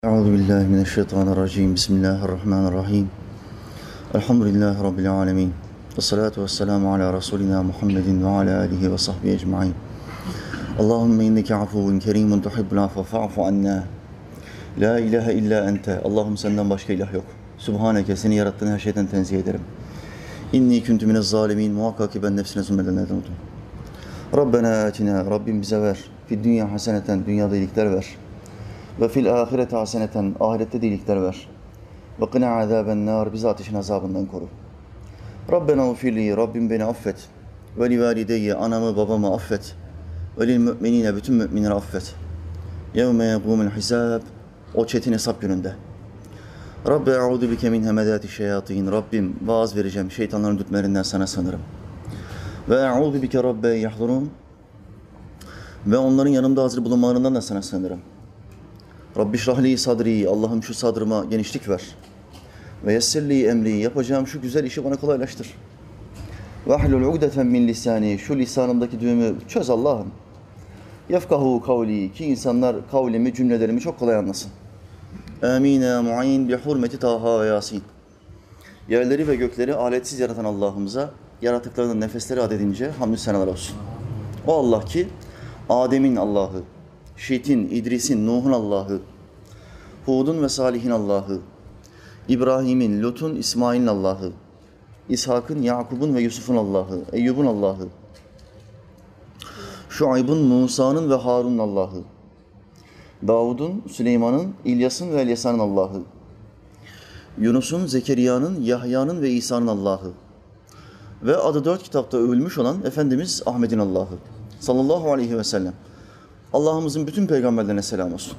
Euzubillahimineşşeytanirracim. Bismillahirrahmanirrahim. Elhamdülillahi Rabbil alemin. Vessalatu vesselamu ala Resulina Muhammedin ve ala alihi ve sahbihi ecma'in. Allahümme inneke afuvun kerimun tuhibbul affe fa'fu anna. La ilahe illa ente. Allah'ım senden başka ilah yok. Subhaneke, seni yarattığın her şeyden tenzih ederim. İnni kuntu minez zalimin. Muhakkak ki ben nefsine zulmedenlerden oldum. Rabbena atina. Rabbim bize ver. Fid dünya haseneten. Dünyada iyilikler ver. Ve fil ahirete haseneten, ahirette de iyilikler ver. Ve qina azaben nar, bizi ateşin azabından koru. Rabbena ufirli, Rabbim beni affet. Ve li valideyye, anamı babamı affet. Ve lil müminine, bütün müminleri affet. Yevme yegûmul hisab, o çetin hesap gününde. Rabbi e'udu bike min hemedâti şeyatîn, Rabbim vaaz vereceğim, şeytanların dürtmelerinden sana sığınırım. Ve e'udu bike Rabbe yahdurun, ve onların yanımda hazır bulunmalarından da sana sığınırım. Rabbi şrahli sadri, Allah'ım şu sadrıma genişlik ver. Ve yessirli emri, yapacağım şu güzel işi bana kolaylaştır. Ve ahlul ugdeten min lisani, şu lisanımdaki düğümü çöz Allah'ım. Yefkahu kavli, ki insanlar kavlimi, cümlelerimi çok kolay anlasın. Amin ya mu'in bi hurmeti Taha ve Yasin. Yerleri ve gökleri aletsiz yaratan Allah'ımıza, yaratıklarının nefesleri adedince hamdü senalar olsun. O Allah ki, Adem'in Allah'ı, Şit'in, İdris'in, Nuh'un Allah'ı, Hud'un ve Salih'in Allah'ı, İbrahim'in, Lut'un, İsmail'in Allah'ı, İshak'ın, Yakub'un ve Yusuf'un Allah'ı, Eyyub'un Allah'ı, Şuayb'ın, Musa'nın ve Harun'un Allah'ı, Davud'un, Süleyman'ın, İlyas'ın ve Elyasa'nın Allah'ı, Yunus'un, Zekeriya'nın, Yahya'nın ve İsa'nın Allah'ı ve adı 4 kitapta övülmüş olan Efendimiz Ahmet'in Allah'ı sallallahu aleyhi ve sellem. Allah'ımızın bütün peygamberlerine selam olsun.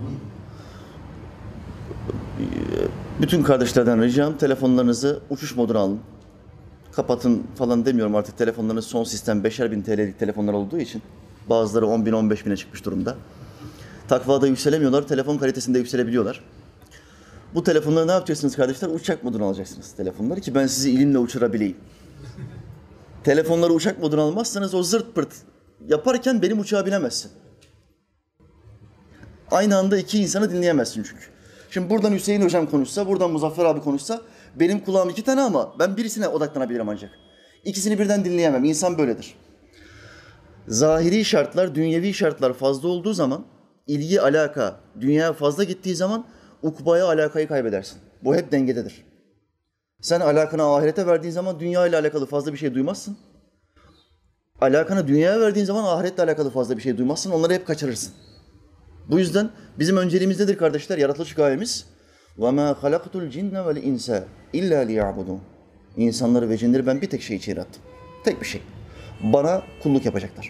Bütün kardeşlerden ricam, telefonlarınızı uçuş moduna alın. Kapatın falan demiyorum artık, telefonlarınız son sistem 5'er bin TL'lik telefonlar olduğu için. Bazıları 10 bin, 15 bine çıkmış durumda. Takvada yükselemiyorlar, telefon kalitesinde yükselebiliyorlar. Bu telefonları ne yapacaksınız kardeşler? Uçak moduna alacaksınız telefonları ki ben sizi ilimle uçurabileyim. Telefonları uçak moduna almazsanız o zırt pırt yaparken benim uçağa binemezsin. Aynı anda iki insanı dinleyemezsin çünkü. Şimdi buradan Hüseyin hocam konuşsa, buradan Muzaffer abi konuşsa, benim kulağım 2 tane ama ben birisine odaklanabilirim ancak. İkisini birden dinleyemem. İnsan böyledir. Zahiri şartlar, dünyevi şartlar fazla olduğu zaman, ilgi, alaka, dünyaya fazla gittiği zaman ukbaya alakayı kaybedersin. Bu hep dengededir. Sen alakanı ahirete verdiğin zaman dünya ile alakalı fazla bir şey duymazsın. Alakanı dünyaya verdiğin zaman ahiretle alakalı fazla bir şey duymazsın. Onları hep kaçırırsın. Bu yüzden bizim önceliğimiz nedir kardeşler? Yaratılış gayemiz. وَمَا خَلَقْتُ الْجِنَّ وَالْاِنْسَ اِلَّا لِيَعْبُدُونَ. İnsanları ve cinleri ben bir tek şey için yarattım. Tek bir şey. Bana kulluk yapacaklar.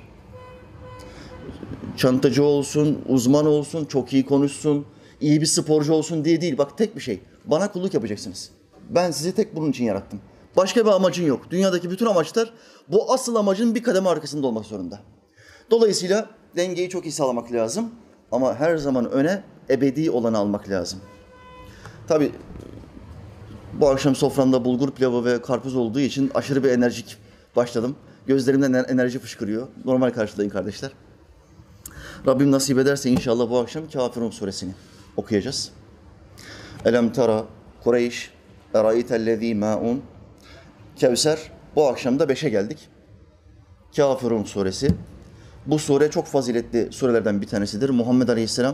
Çantacı olsun, uzman olsun, çok iyi konuşsun, iyi bir sporcu olsun diye değil. Bak tek bir şey. Bana kulluk yapacaksınız. Ben sizi tek bunun için yarattım. Başka bir amacın yok. Dünyadaki bütün amaçlar bu asıl amacın bir kademe arkasında olmak zorunda. Dolayısıyla dengeyi çok iyi sağlamak lazım. Ama her zaman öne ebedi olanı almak lazım. Tabii bu akşam soframda bulgur pilavı ve karpuz olduğu için aşırı bir enerjik başladım. Gözlerimden enerji fışkırıyor. Normal karşılayın kardeşler. Rabbim nasip ederse inşallah bu akşam Kafirun suresini okuyacağız. Elem tera Kureyş eraytellezî mâun. Kevser. Bu akşam da 5'e geldik. Kafirun suresi. Bu sure çok faziletli surelerden bir tanesidir. Muhammed Aleyhisselam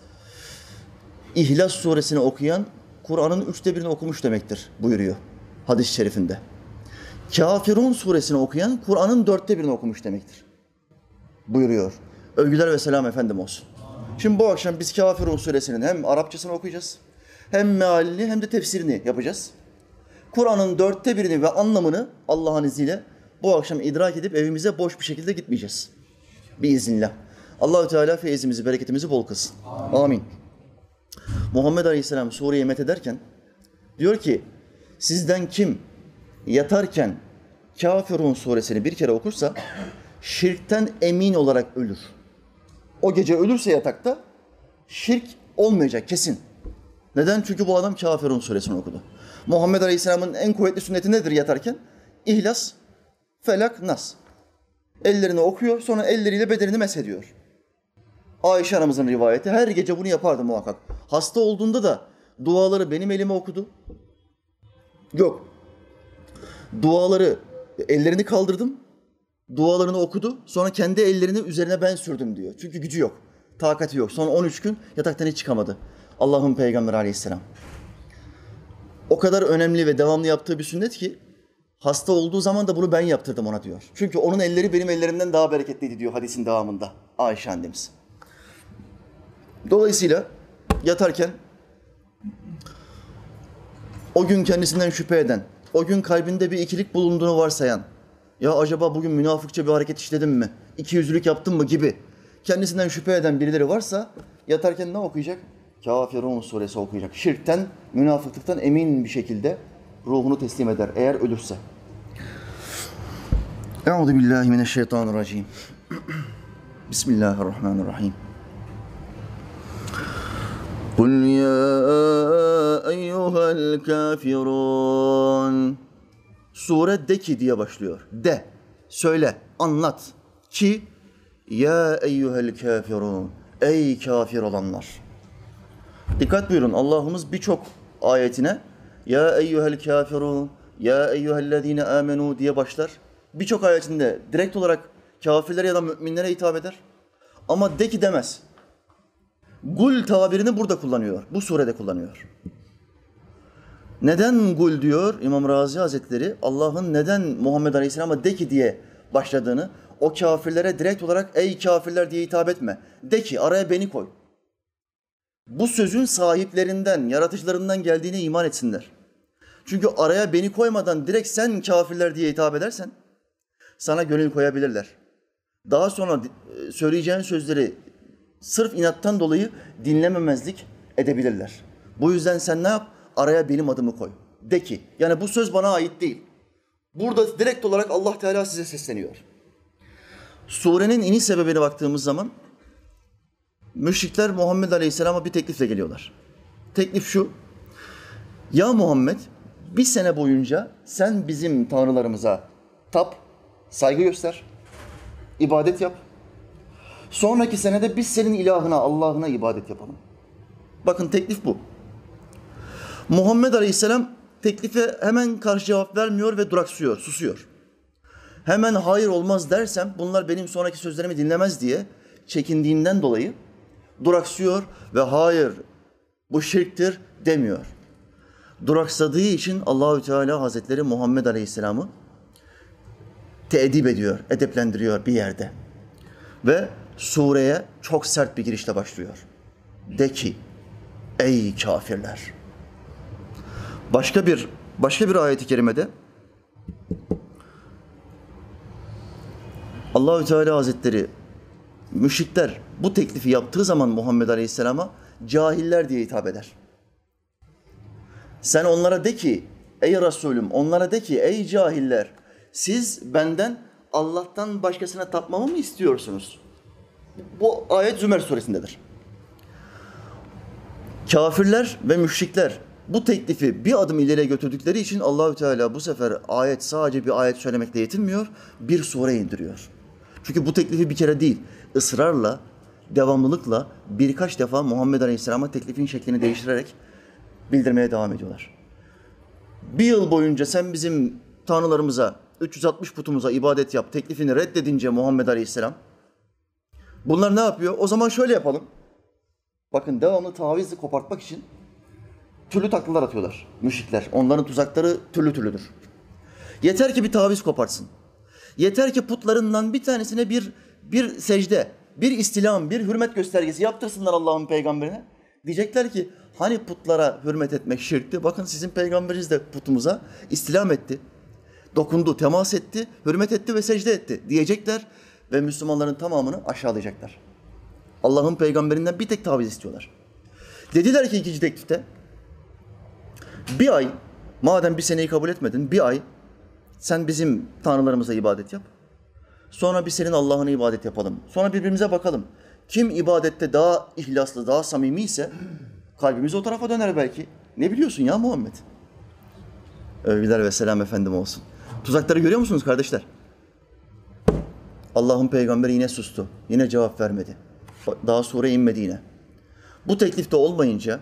İhlas suresini okuyan Kur'an'ın 1/3'ünü okumuş demektir buyuruyor hadis-i şerifinde. Kafirun suresini okuyan Kur'an'ın 1/4'ünü okumuş demektir buyuruyor. Övgüler ve selam efendim olsun. Şimdi bu akşam biz Kafirun suresinin hem Arapçasını okuyacağız, hem mealini hem de tefsirini yapacağız. Kur'an'ın 1/4'ünü ve anlamını Allah'ın izniyle bu akşam idrak edip evimize boş bir şekilde gitmeyeceğiz. Biiznillah. Allah-u Teala feyizimizi, bereketimizi bol kılsın. Amin. Muhammed Aleyhisselam sureyi methederken diyor ki, sizden kim yatarken Kafirun suresini bir kere okursa şirkten emin olarak ölür. O gece ölürse yatakta şirk olmayacak kesin. Neden? Çünkü bu adam Kafirun suresini okudu. Muhammed Aleyhisselam'ın en kuvvetli sünneti nedir yatarken? İhlas, Felak, Nas. Ellerini okuyor, sonra elleriyle bedenini meshediyor. Ayşe anamızın rivayeti. Her gece bunu yapardı muhakkak. Hasta olduğunda da duaları benim elime okudu. Yok. Duaları, ellerini kaldırdım. Dualarını okudu. Sonra kendi ellerini üzerine ben sürdüm diyor. Çünkü gücü yok. Takati yok. Sonra 13 gün yataktan hiç çıkamadı. Allah'ın Peygamberi Aleyhisselam. O kadar önemli ve devamlı yaptığı bir sünnet ki hasta olduğu zaman da bunu ben yaptırdım ona diyor. Çünkü onun elleri benim ellerimden daha bereketliydi diyor hadisin devamında Ayşe annemiz. Dolayısıyla yatarken o gün kendisinden şüphe eden, o gün kalbinde bir ikilik bulunduğunu varsayan, ya acaba bugün münafıkça bir hareket işledim mi, ikiyüzlülük yaptım mı gibi kendisinden şüphe eden birileri varsa yatarken ne okuyacak? Kafirun suresi okuyacak. Şirkten, münafıklıktan emin bir şekilde ruhunu teslim eder eğer ölürse. Euzubillahimineşşeytanirracim. Bismillahirrahmanirrahim. Kul ya eyyuhel kafirun. Sure de ki diye başlıyor. De, söyle, anlat ki ya eyyuhel kafirun. Ey kafir olanlar. Dikkat buyurun, Allah'ımız birçok ayetine ya eyyuhel kafirun, ya eyyühellezine amenu diye başlar. Birçok ayetinde direkt olarak kafirlere ya da müminlere hitap eder. Ama de ki demez. Gul tabirini burada kullanıyor, bu surede kullanıyor. Neden gul diyor İmam Razi Hazretleri? Allah'ın neden Muhammed Aleyhisselam'a de ki diye başladığını, o kafirlere direkt olarak ey kafirler diye hitap etme. De ki araya beni koy. Bu sözün sahiplerinden, yaratıcılarından geldiğine iman etsinler. Çünkü araya beni koymadan direkt sen kafirler diye hitap edersen sana gönül koyabilirler. Daha sonra söyleyeceğin sözleri sırf inattan dolayı dinlememezlik edebilirler. Bu yüzden sen ne yap? Araya benim adımı koy. De ki, yani bu söz bana ait değil. Burada direkt olarak Allah Teala size sesleniyor. Surenin iniş sebebine baktığımız zaman müşrikler Muhammed Aleyhisselam'a bir teklifle geliyorlar. Teklif şu, ya Muhammed bir sene boyunca sen bizim tanrılarımıza tap, saygı göster, ibadet yap. Sonraki senede biz senin ilahına, Allah'ına ibadet yapalım. Bakın teklif bu. Muhammed Aleyhisselam teklife hemen karşı cevap vermiyor ve duraksıyor, susuyor. Hemen hayır olmaz dersem bunlar benim sonraki sözlerimi dinlemez diye çekindiğinden dolayı duraksıyor ve hayır bu şirktir demiyor. Duraksadığı için Allahü Teala Hazretleri Muhammed Aleyhisselam'ı teedip ediyor, edeplendiriyor bir yerde. Ve sureye çok sert bir girişle başlıyor. De ki ey kafirler. Başka bir ayet-i kerimede Allahü Teala Hazretleri müşrikler bu teklifi yaptığı zaman Muhammed Aleyhisselam'a cahiller diye hitap eder. Sen onlara de ki ey Resulüm, onlara de ki ey cahiller, siz benden Allah'tan başkasına tapmamı mı istiyorsunuz? Bu ayet Zümer suresindedir. Kafirler ve müşrikler bu teklifi bir adım ileriye götürdükleri için Allahü Teala bu sefer sadece bir ayet söylemekle yetinmiyor, bir sure indiriyor. Çünkü bu teklifi bir kere değil, ısrarla, devamlılıkla birkaç defa Muhammed Aleyhisselam'a teklifin şeklini değiştirerek bildirmeye devam ediyorlar. Bir yıl boyunca sen bizim tanrılarımıza, 360 putumuza ibadet yap teklifini reddedince Muhammed Aleyhisselam, bunlar ne yapıyor? O zaman şöyle yapalım. Bakın devamlı tavizle kopartmak için türlü taklalar atıyorlar müşrikler. Onların tuzakları türlü türlüdür. Yeter ki bir taviz kopartsın. Yeter ki putlarından bir tanesine bir secde, bir istilam, bir hürmet göstergesi yaptırsınlar Allah'ın peygamberine. Diyecekler ki hani putlara hürmet etmek şirkti. Bakın sizin peygamberiniz de putumuza istilam etti. Dokundu, temas etti, hürmet etti ve secde etti diyecekler ve Müslümanların tamamını aşağılayacaklar. Allah'ın peygamberinden bir tek taviz istiyorlar. Dediler ki ikinci teklifte, bir ay, madem bir seneyi kabul etmedin, bir ay sen bizim tanrılarımıza ibadet yap. Sonra biz senin Allah'ına ibadet yapalım. Sonra birbirimize bakalım. Kim ibadette daha ihlaslı, daha samimi ise kalbimiz o tarafa döner belki. Ne biliyorsun ya Muhammed? Övgüler ve selam efendim olsun. Tuzakları görüyor musunuz kardeşler? Allah'ın peygamberi yine sustu. Yine cevap vermedi. Daha sure inmedi yine. Bu teklifte olmayınca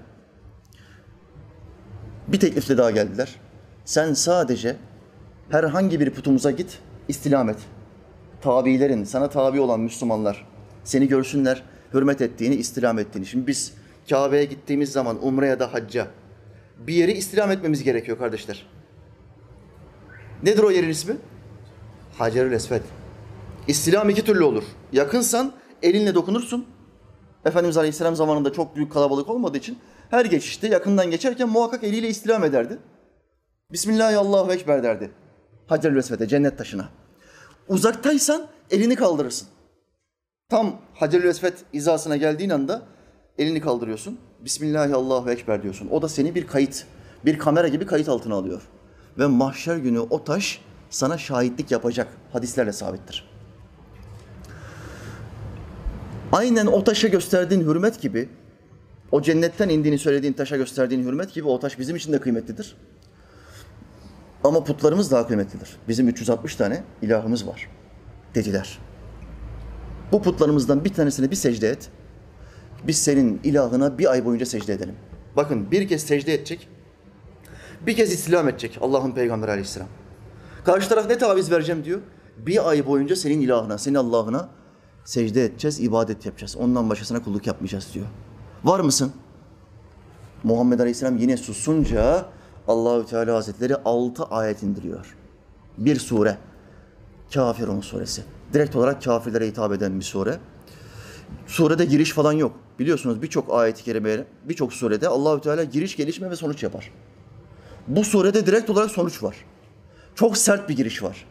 bir teklifle daha geldiler. Sen sadece herhangi bir putumuza git, istilam et. Tabiilerin, sana tabi olan Müslümanlar seni görsünler, hürmet ettiğini, istilam ettiğini. Şimdi biz Kabe'ye gittiğimiz zaman umre ya da hacca bir yeri istilam etmemiz gerekiyor kardeşler. Nedir o yerin ismi? Hacer-ül Esved. İstilam iki türlü olur. Yakınsan elinle dokunursun. Efendimiz Aleyhisselam zamanında çok büyük kalabalık olmadığı için her geçişte yakından geçerken muhakkak eliyle istilam ederdi. Bismillahirrahmanirrahim Ekber derdi. Hacer-ül Esved'e, cennet taşına. Uzaktaysan elini kaldırırsın. Tam Hacer-ül Esved hizasına geldiğin anda elini kaldırıyorsun. Bismillahirrahmanirrahim Ekber diyorsun. O da seni bir kayıt, bir kamera gibi kayıt altına alıyor. Ve mahşer günü o taş sana şahitlik yapacak. Hadislerle sabittir. Aynen o taşa gösterdiğin hürmet gibi, o cennetten indiğini söylediğin taşa gösterdiğin hürmet gibi o taş bizim için de kıymetlidir. Ama putlarımız daha kıymetlidir. Bizim 360 tane ilahımız var dediler. Bu putlarımızdan bir tanesine bir secde et. Biz senin ilahına bir ay boyunca secde edelim. Bakın bir kez secde edecek, bir kez İslam edecek Allah'ın Peygamberi Aleyhisselam. Karşı taraf ne taviz vereceğim diyor. Bir ay boyunca senin ilahına, senin Allah'ına secde edeceğiz, ibadet yapacağız. Ondan başkasına kulluk yapmayacağız diyor. Var mısın? Muhammed Aleyhisselam yine susunca Allahü Teala Hazretleri 6 ayet indiriyor. Bir sure. Kafirun suresi. Direkt olarak kafirlere hitap eden bir sure. Surede giriş falan yok. Biliyorsunuz birçok ayet-i kerime, birçok surede Allahü Teala giriş, gelişme ve sonuç yapar. Bu surede direkt olarak sonuç var. Çok sert bir giriş var.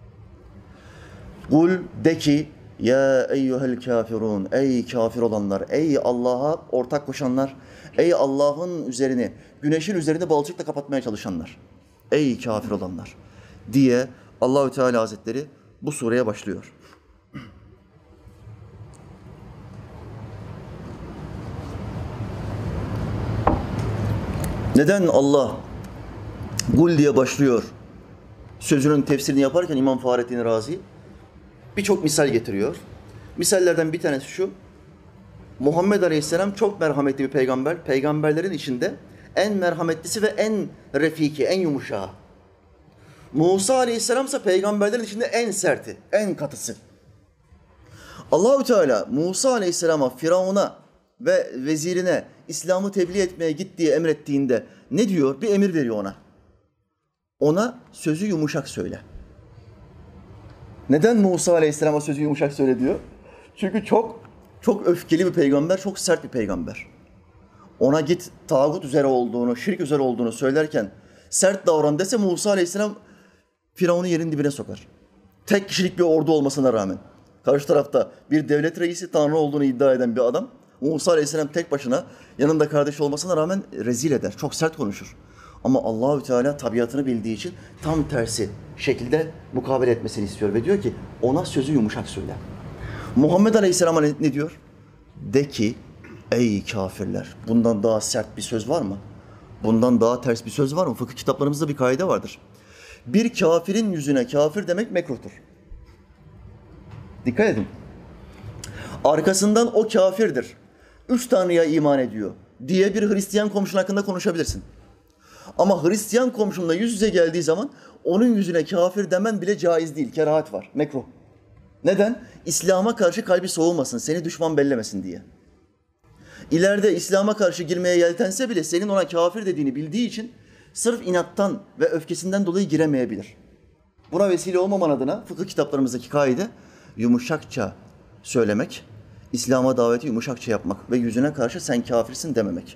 Kul de ki ya eyyuhel kafirun, ey kafir olanlar, ey Allah'a ortak koşanlar, ey Allah'ın üzerini, güneşin üzerini balçıkla kapatmaya çalışanlar, ey kafir olanlar diye Allahü Teala Hazretleri bu sureye başlıyor. Neden Allah kul diye başlıyor? Sözünün tefsirini yaparken İmam Fahrettin Razi birçok misal getiriyor. Misallerden bir tanesi şu. Muhammed Aleyhisselam çok merhametli bir peygamber. Peygamberlerin içinde en merhametlisi ve en refiki, en yumuşağı. Musa Aleyhisselam ise peygamberlerin içinde en serti, en katısı. Allahü Teala Musa Aleyhisselam'a, Firavun'a ve vezirine İslam'ı tebliğ etmeye git diye emrettiğinde ne diyor? Bir emir veriyor ona. Ona sözü yumuşak söyle. Neden Musa Aleyhisselam'a sözü yumuşak söyle diyor? Çünkü çok öfkeli bir peygamber, çok sert bir peygamber. Ona git tağut üzere olduğunu, şirk üzere olduğunu söylerken sert davran dese Musa Aleyhisselam Firavun'u yerin dibine sokar. Tek kişilik bir ordu olmasına rağmen. Karşı tarafta bir devlet reisi, tanrı olduğunu iddia eden bir adam. Musa Aleyhisselam tek başına yanında kardeş olmasına rağmen rezil eder. Çok sert konuşur. Ama Allahü Teala tabiatını bildiği için tam tersi şekilde mukabele etmesini istiyor ve diyor ki ona sözü yumuşak söyle. Muhammed Aleyhisselam'a ne diyor? De ki ey kafirler, bundan daha sert bir söz var mı? Bundan daha ters bir söz var mı? Fıkıh kitaplarımızda bir kaide vardır. Bir kafirin yüzüne kafir demek mekruhtur. Dikkat edin. Arkasından o kafirdir, 3 Tanrı'ya iman ediyor diye bir Hristiyan komşun hakkında konuşabilirsin. Ama Hristiyan komşunla yüz yüze geldiği zaman onun yüzüne kafir demen bile caiz değil. Kerahat var, mekruh. Neden? İslam'a karşı kalbi soğumasın, seni düşman bellemesin diye. İleride İslam'a karşı girmeye yeltense bile senin ona kafir dediğini bildiği için sırf inattan ve öfkesinden dolayı giremeyebilir. Buna vesile olmaman adına fıkıh kitaplarımızdaki kaide yumuşakça söylemek, İslam'a daveti yumuşakça yapmak ve yüzüne karşı sen kafirsin dememek.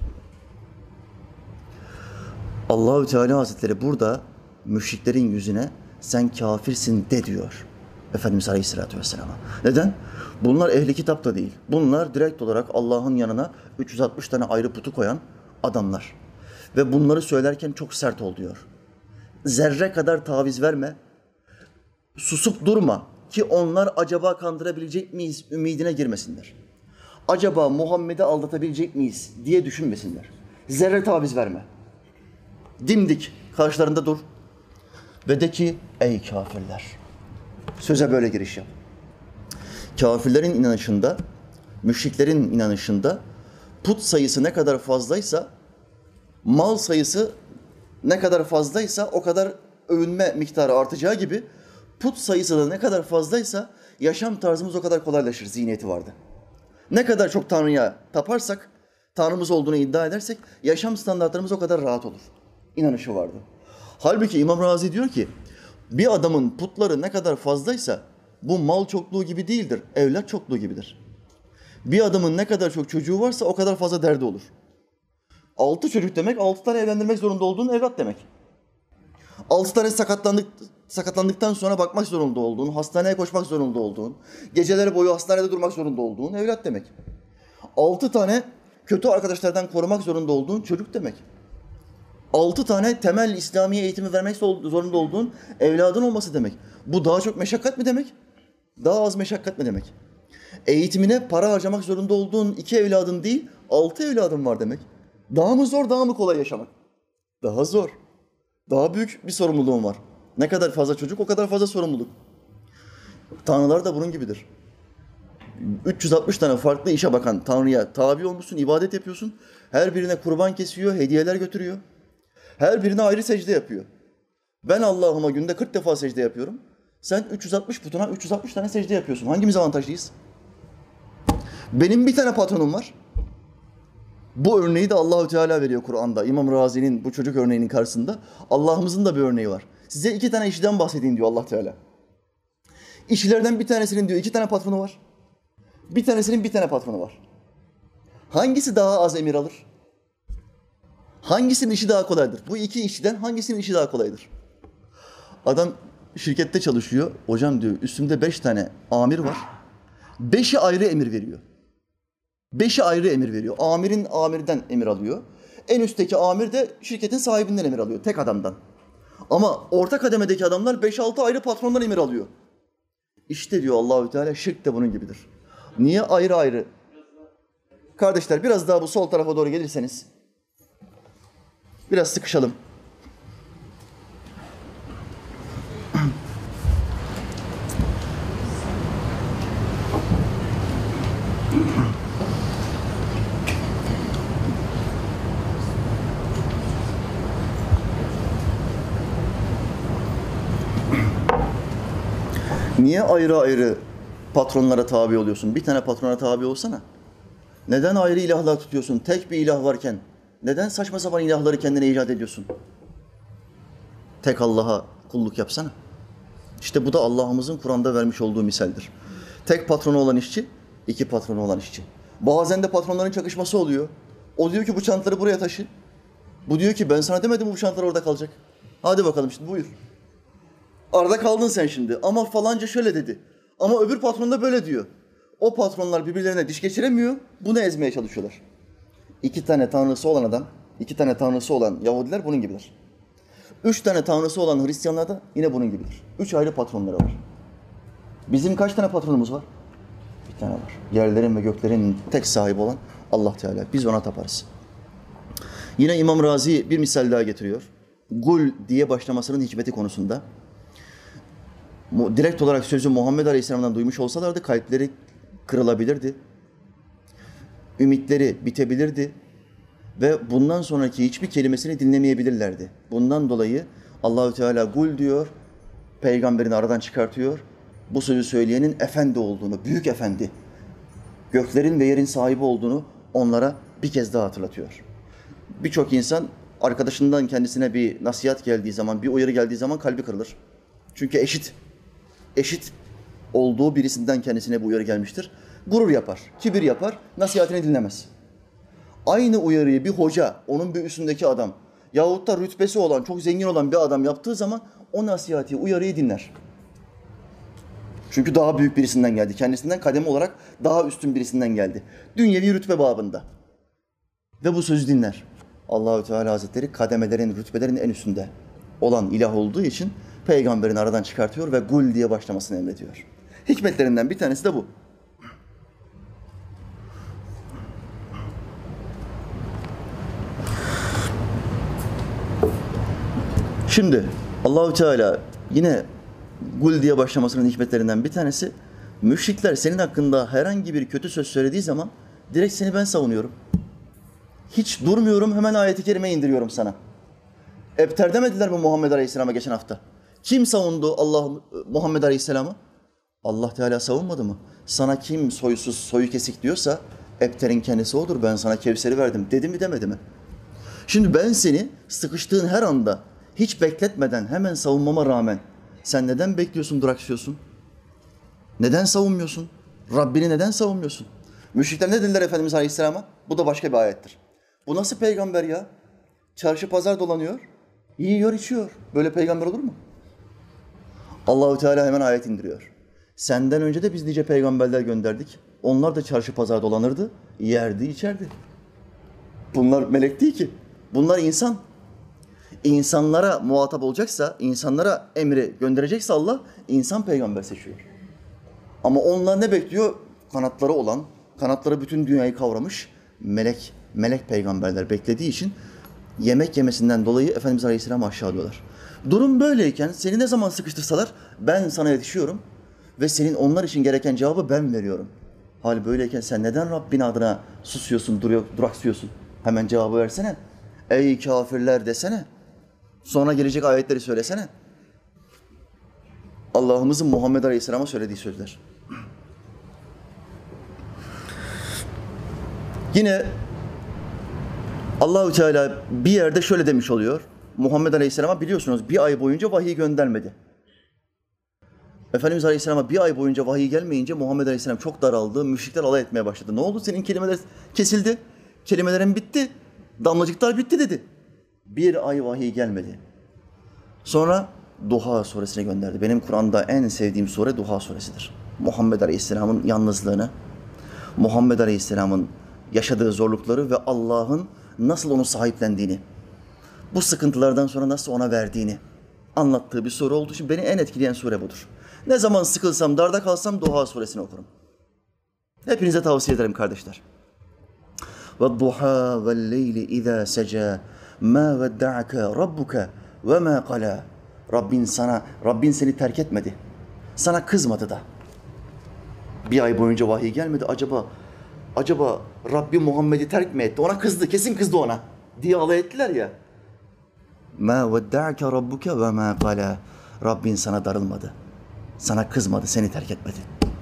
Allahü Teala Hazretleri burada müşriklerin yüzüne sen kafirsin de diyor Efendimiz Aleyhisselatü Vesselam'a. Neden? Bunlar ehli kitap da değil. Bunlar direkt olarak Allah'ın yanına 360 tane ayrı putu koyan adamlar. Ve bunları söylerken çok sert ol diyor. Zerre kadar taviz verme. Susup durma ki onlar acaba kandırabilecek miyiz ümidine girmesinler. Acaba Muhammed'i aldatabilecek miyiz diye düşünmesinler. Zerre taviz verme. Dimdik karşılarında dur ve de ki ey kafirler. Söze böyle giriş yap. Kafirlerin inanışında Müşriklerin inanışında put sayısı ne kadar fazlaysa, mal sayısı ne kadar fazlaysa o kadar övünme miktarı artacağı gibi put sayısı da ne kadar fazlaysa yaşam tarzımız o kadar kolaylaşır zihniyeti vardı. Ne kadar çok Tanrı'ya taparsak, Tanrımız olduğunu iddia edersek yaşam standartlarımız o kadar rahat olur. İnanışı vardı. Halbuki İmam Razi diyor ki bir adamın putları ne kadar fazlaysa bu mal çokluğu gibi değildir, evlat çokluğu gibidir. Bir adamın ne kadar çok çocuğu varsa o kadar fazla derdi olur. 6 çocuk demek, 6 tane evlendirmek zorunda olduğun evlat demek. 6 tane sakatlandıktan sonra bakmak zorunda olduğun, hastaneye koşmak zorunda olduğun, geceleri boyu hastanede durmak zorunda olduğun evlat demek. 6 tane kötü arkadaşlardan korumak zorunda olduğun çocuk demek. 6 tane temel İslami eğitimi vermek zorunda olduğun evladın olması demek. Bu daha çok meşakkat mi demek? Daha az meşakkat mi demek? Eğitimine para harcamak zorunda olduğun 2 evladın değil, 6 evladın var demek. Daha mı zor, daha mı kolay yaşamak? Daha zor. Daha büyük bir sorumluluğun var. Ne kadar fazla çocuk, o kadar fazla sorumluluk. Tanrılar da bunun gibidir. 360 tane farklı işe bakan Tanrı'ya tabi olmuşsun, ibadet yapıyorsun. Her birine kurban kesiyor, hediyeler götürüyor. Her birine ayrı secde yapıyor. Ben Allah'ıma günde 40 defa secde yapıyorum. Sen 360 putuna 360 tane secde yapıyorsun. Hangimiz avantajlıyız? Benim bir tane patronum var. Bu örneği de Allahu Teala veriyor Kur'an'da. İmam Razi'nin bu çocuk örneğinin karşısında Allah'ımızın da bir örneği var. Size 2 tane işçiden bahsedeyim diyor Allah Teala. İşçilerden bir tanesinin diyor 2 tane patronu var. Bir tanesinin bir tane patronu var. Hangisi daha az emir alır? Hangisinin işi daha kolaydır? Bu 2 işçiden hangisinin işi daha kolaydır? Adam şirkette çalışıyor. Hocam diyor üstümde 5 tane amir var. 5'i ayrı emir veriyor. 5'i ayrı emir veriyor. Amirin amirden emir alıyor. En üstteki amir de şirketin sahibinden emir alıyor. Tek adamdan. Ama orta kademedeki adamlar 5-6 ayrı patrondan emir alıyor. İşte diyor Allahü Teala şirk de bunun gibidir. Niye ayrı ayrı? Kardeşler biraz daha bu sol tarafa doğru gelirseniz. Biraz sıkışalım. Niye ayrı ayrı patronlara tabi oluyorsun? Bir tane patrona tabi olsana. Neden ayrı ilahlar tutuyorsun? Tek bir ilah varken. Neden saçma sapan ilahları kendine icat ediyorsun? Tek Allah'a kulluk yapsana. İşte bu da Allah'ımızın Kur'an'da vermiş olduğu misaldir. Tek patronu olan işçi, 2 patronu olan işçi. Bazen de patronların çakışması oluyor. O diyor ki bu çantaları buraya taşı. Bu diyor ki ben sana demedim bu çantalar orada kalacak. Hadi bakalım işte buyur. Arada kaldın sen şimdi. Ama falanca şöyle dedi. Ama öbür patron da böyle diyor. O patronlar birbirlerine diş geçiremiyor. Bunu ezmeye çalışıyorlar. 2 tane tanrısı olan adam, 2 tane tanrısı olan Yahudiler bunun gibidir. 3 tane tanrısı olan Hristiyanlar da yine bunun gibidir. 3 ayrı patronları var. Bizim kaç tane patronumuz var? Bir tane var. Yerlerin ve göklerin tek sahibi olan Allah Teala. Biz ona taparız. Yine İmam Razi bir misal daha getiriyor. Gul diye başlamasının hikmeti konusunda. Direkt olarak sözü Muhammed Aleyhisselam'dan duymuş olsalardı kalpleri kırılabilirdi. Ümitleri bitebilirdi. Ve bundan sonraki hiçbir kelimesini dinlemeyebilirlerdi. Bundan dolayı Allahü Teala gul diyor, peygamberini aradan çıkartıyor. Bu sözü söyleyenin efendi olduğunu, büyük efendi, göklerin ve yerin sahibi olduğunu onlara bir kez daha hatırlatıyor. Birçok insan arkadaşından kendisine bir nasihat geldiği zaman, bir uyarı geldiği zaman kalbi kırılır. Çünkü eşit olduğu birisinden kendisine bu uyarı gelmiştir. Gurur yapar, kibir yapar, nasihatini dinlemez. Aynı uyarıyı bir hoca, onun bir üstündeki adam yahut da rütbesi olan, çok zengin olan bir adam yaptığı zaman o nasihati, uyarıyı dinler. Çünkü daha büyük birisinden geldi. Kendisinden kademe olarak daha üstün birisinden geldi. Dünyevi rütbe babında. Ve bu sözü dinler. Allahü Teala Hazretleri kademelerin, rütbelerin en üstünde olan ilah olduğu için peygamberini aradan çıkartıyor ve gul diye başlamasını emrediyor. Hikmetlerinden bir tanesi de bu. Şimdi Allahü Teala yine gul diye başlamasının hikmetlerinden bir tanesi Müşrikler senin hakkında herhangi bir kötü söz söylediği zaman direkt seni ben savunuyorum. Hiç durmuyorum, hemen ayet-i kerime indiriyorum sana. Ebter demediler mi Muhammed Aleyhisselam'a geçen hafta? Kim savundu Muhammed Aleyhisselam'ı? Allah Teala savunmadı mı? Sana kim soysuz, soyu kesik diyorsa Ebter'in kendisi odur. Ben sana Kevser'i verdim. Dedi mi demedi mi? Şimdi ben seni sıkıştığın her anda hiç bekletmeden hemen savunmama rağmen sen neden bekliyorsun, duraksıyorsun? Neden savunmuyorsun? Rabbini neden savunmuyorsun? Müşrikler ne dediler Efendimiz Aleyhisselam'a? Bu da başka bir ayettir. Bu nasıl peygamber ya? Çarşı pazar dolanıyor, yiyor, içiyor. Böyle peygamber olur mu? Allahu Teala hemen ayet indiriyor. Senden önce de biz nice peygamberler gönderdik. Onlar da çarşı pazar dolanırdı, yerdi, içerdi. Bunlar melek değil ki. Bunlar insan. İnsanlara muhatap olacaksa, insanlara emri gönderecekse Allah, insan peygamber seçiyor. Ama onlar ne bekliyor? Kanatları olan, kanatları bütün dünyayı kavramış melek peygamberler beklediği için yemek yemesinden dolayı Efendimiz Aleyhisselam'ı aşağılıyorlar. Durum böyleyken seni ne zaman sıkıştırsalar ben sana yetişiyorum ve senin onlar için gereken cevabı ben veriyorum. Hal böyleyken sen neden Rabbin adına susuyorsun, duraksıyorsun? Hemen cevabı versene. Ey kafirler desene. Sonra gelecek ayetleri söylesene. Allah'ımızın Muhammed Aleyhisselam'a söylediği sözler. Yine Allahu Teala bir yerde şöyle demiş oluyor. Muhammed Aleyhisselam'a biliyorsunuz bir ay boyunca vahiy göndermedi. Efendimiz Aleyhisselam'a bir ay boyunca vahiy gelmeyince Muhammed Aleyhisselam çok daraldı. Müşrikler alay etmeye başladı. Ne oldu? Senin kelimeler kesildi. Kelimelerin bitti. Damlacıklar bitti dedi. Bir ay vahiy gelmedi. Sonra Duha suresine gönderdi. Benim Kur'an'da en sevdiğim sure Duha suresidir. Muhammed Aleyhisselam'ın yalnızlığını, Muhammed Aleyhisselam'ın yaşadığı zorlukları ve Allah'ın nasıl onu sahiplendiğini, bu sıkıntılardan sonra nasıl ona verdiğini anlattığı bir sure olduğu için beni en etkileyen sure budur. Ne zaman sıkılsam, darda kalsam Duha suresini okurum. Hepinize tavsiye ederim kardeşler. وَالضُّحَا وَالْلَيْلِ اِذَا سَجَى مَا وَدَّعَكَ رَبُّكَ وَمَا قَلَى Rabbin seni terk etmedi. Sana kızmadı da. Bir ay boyunca vahiy gelmedi. Acaba Rabbi Muhammed'i terk mi etti? Ona kızdı, kesin kızdı ona diye alay ettiler ya. مَا وَدَّعَكَ رَبُّكَ وَمَا قَلَى Rabbin sana darılmadı. Sana kızmadı, seni terk etmedi.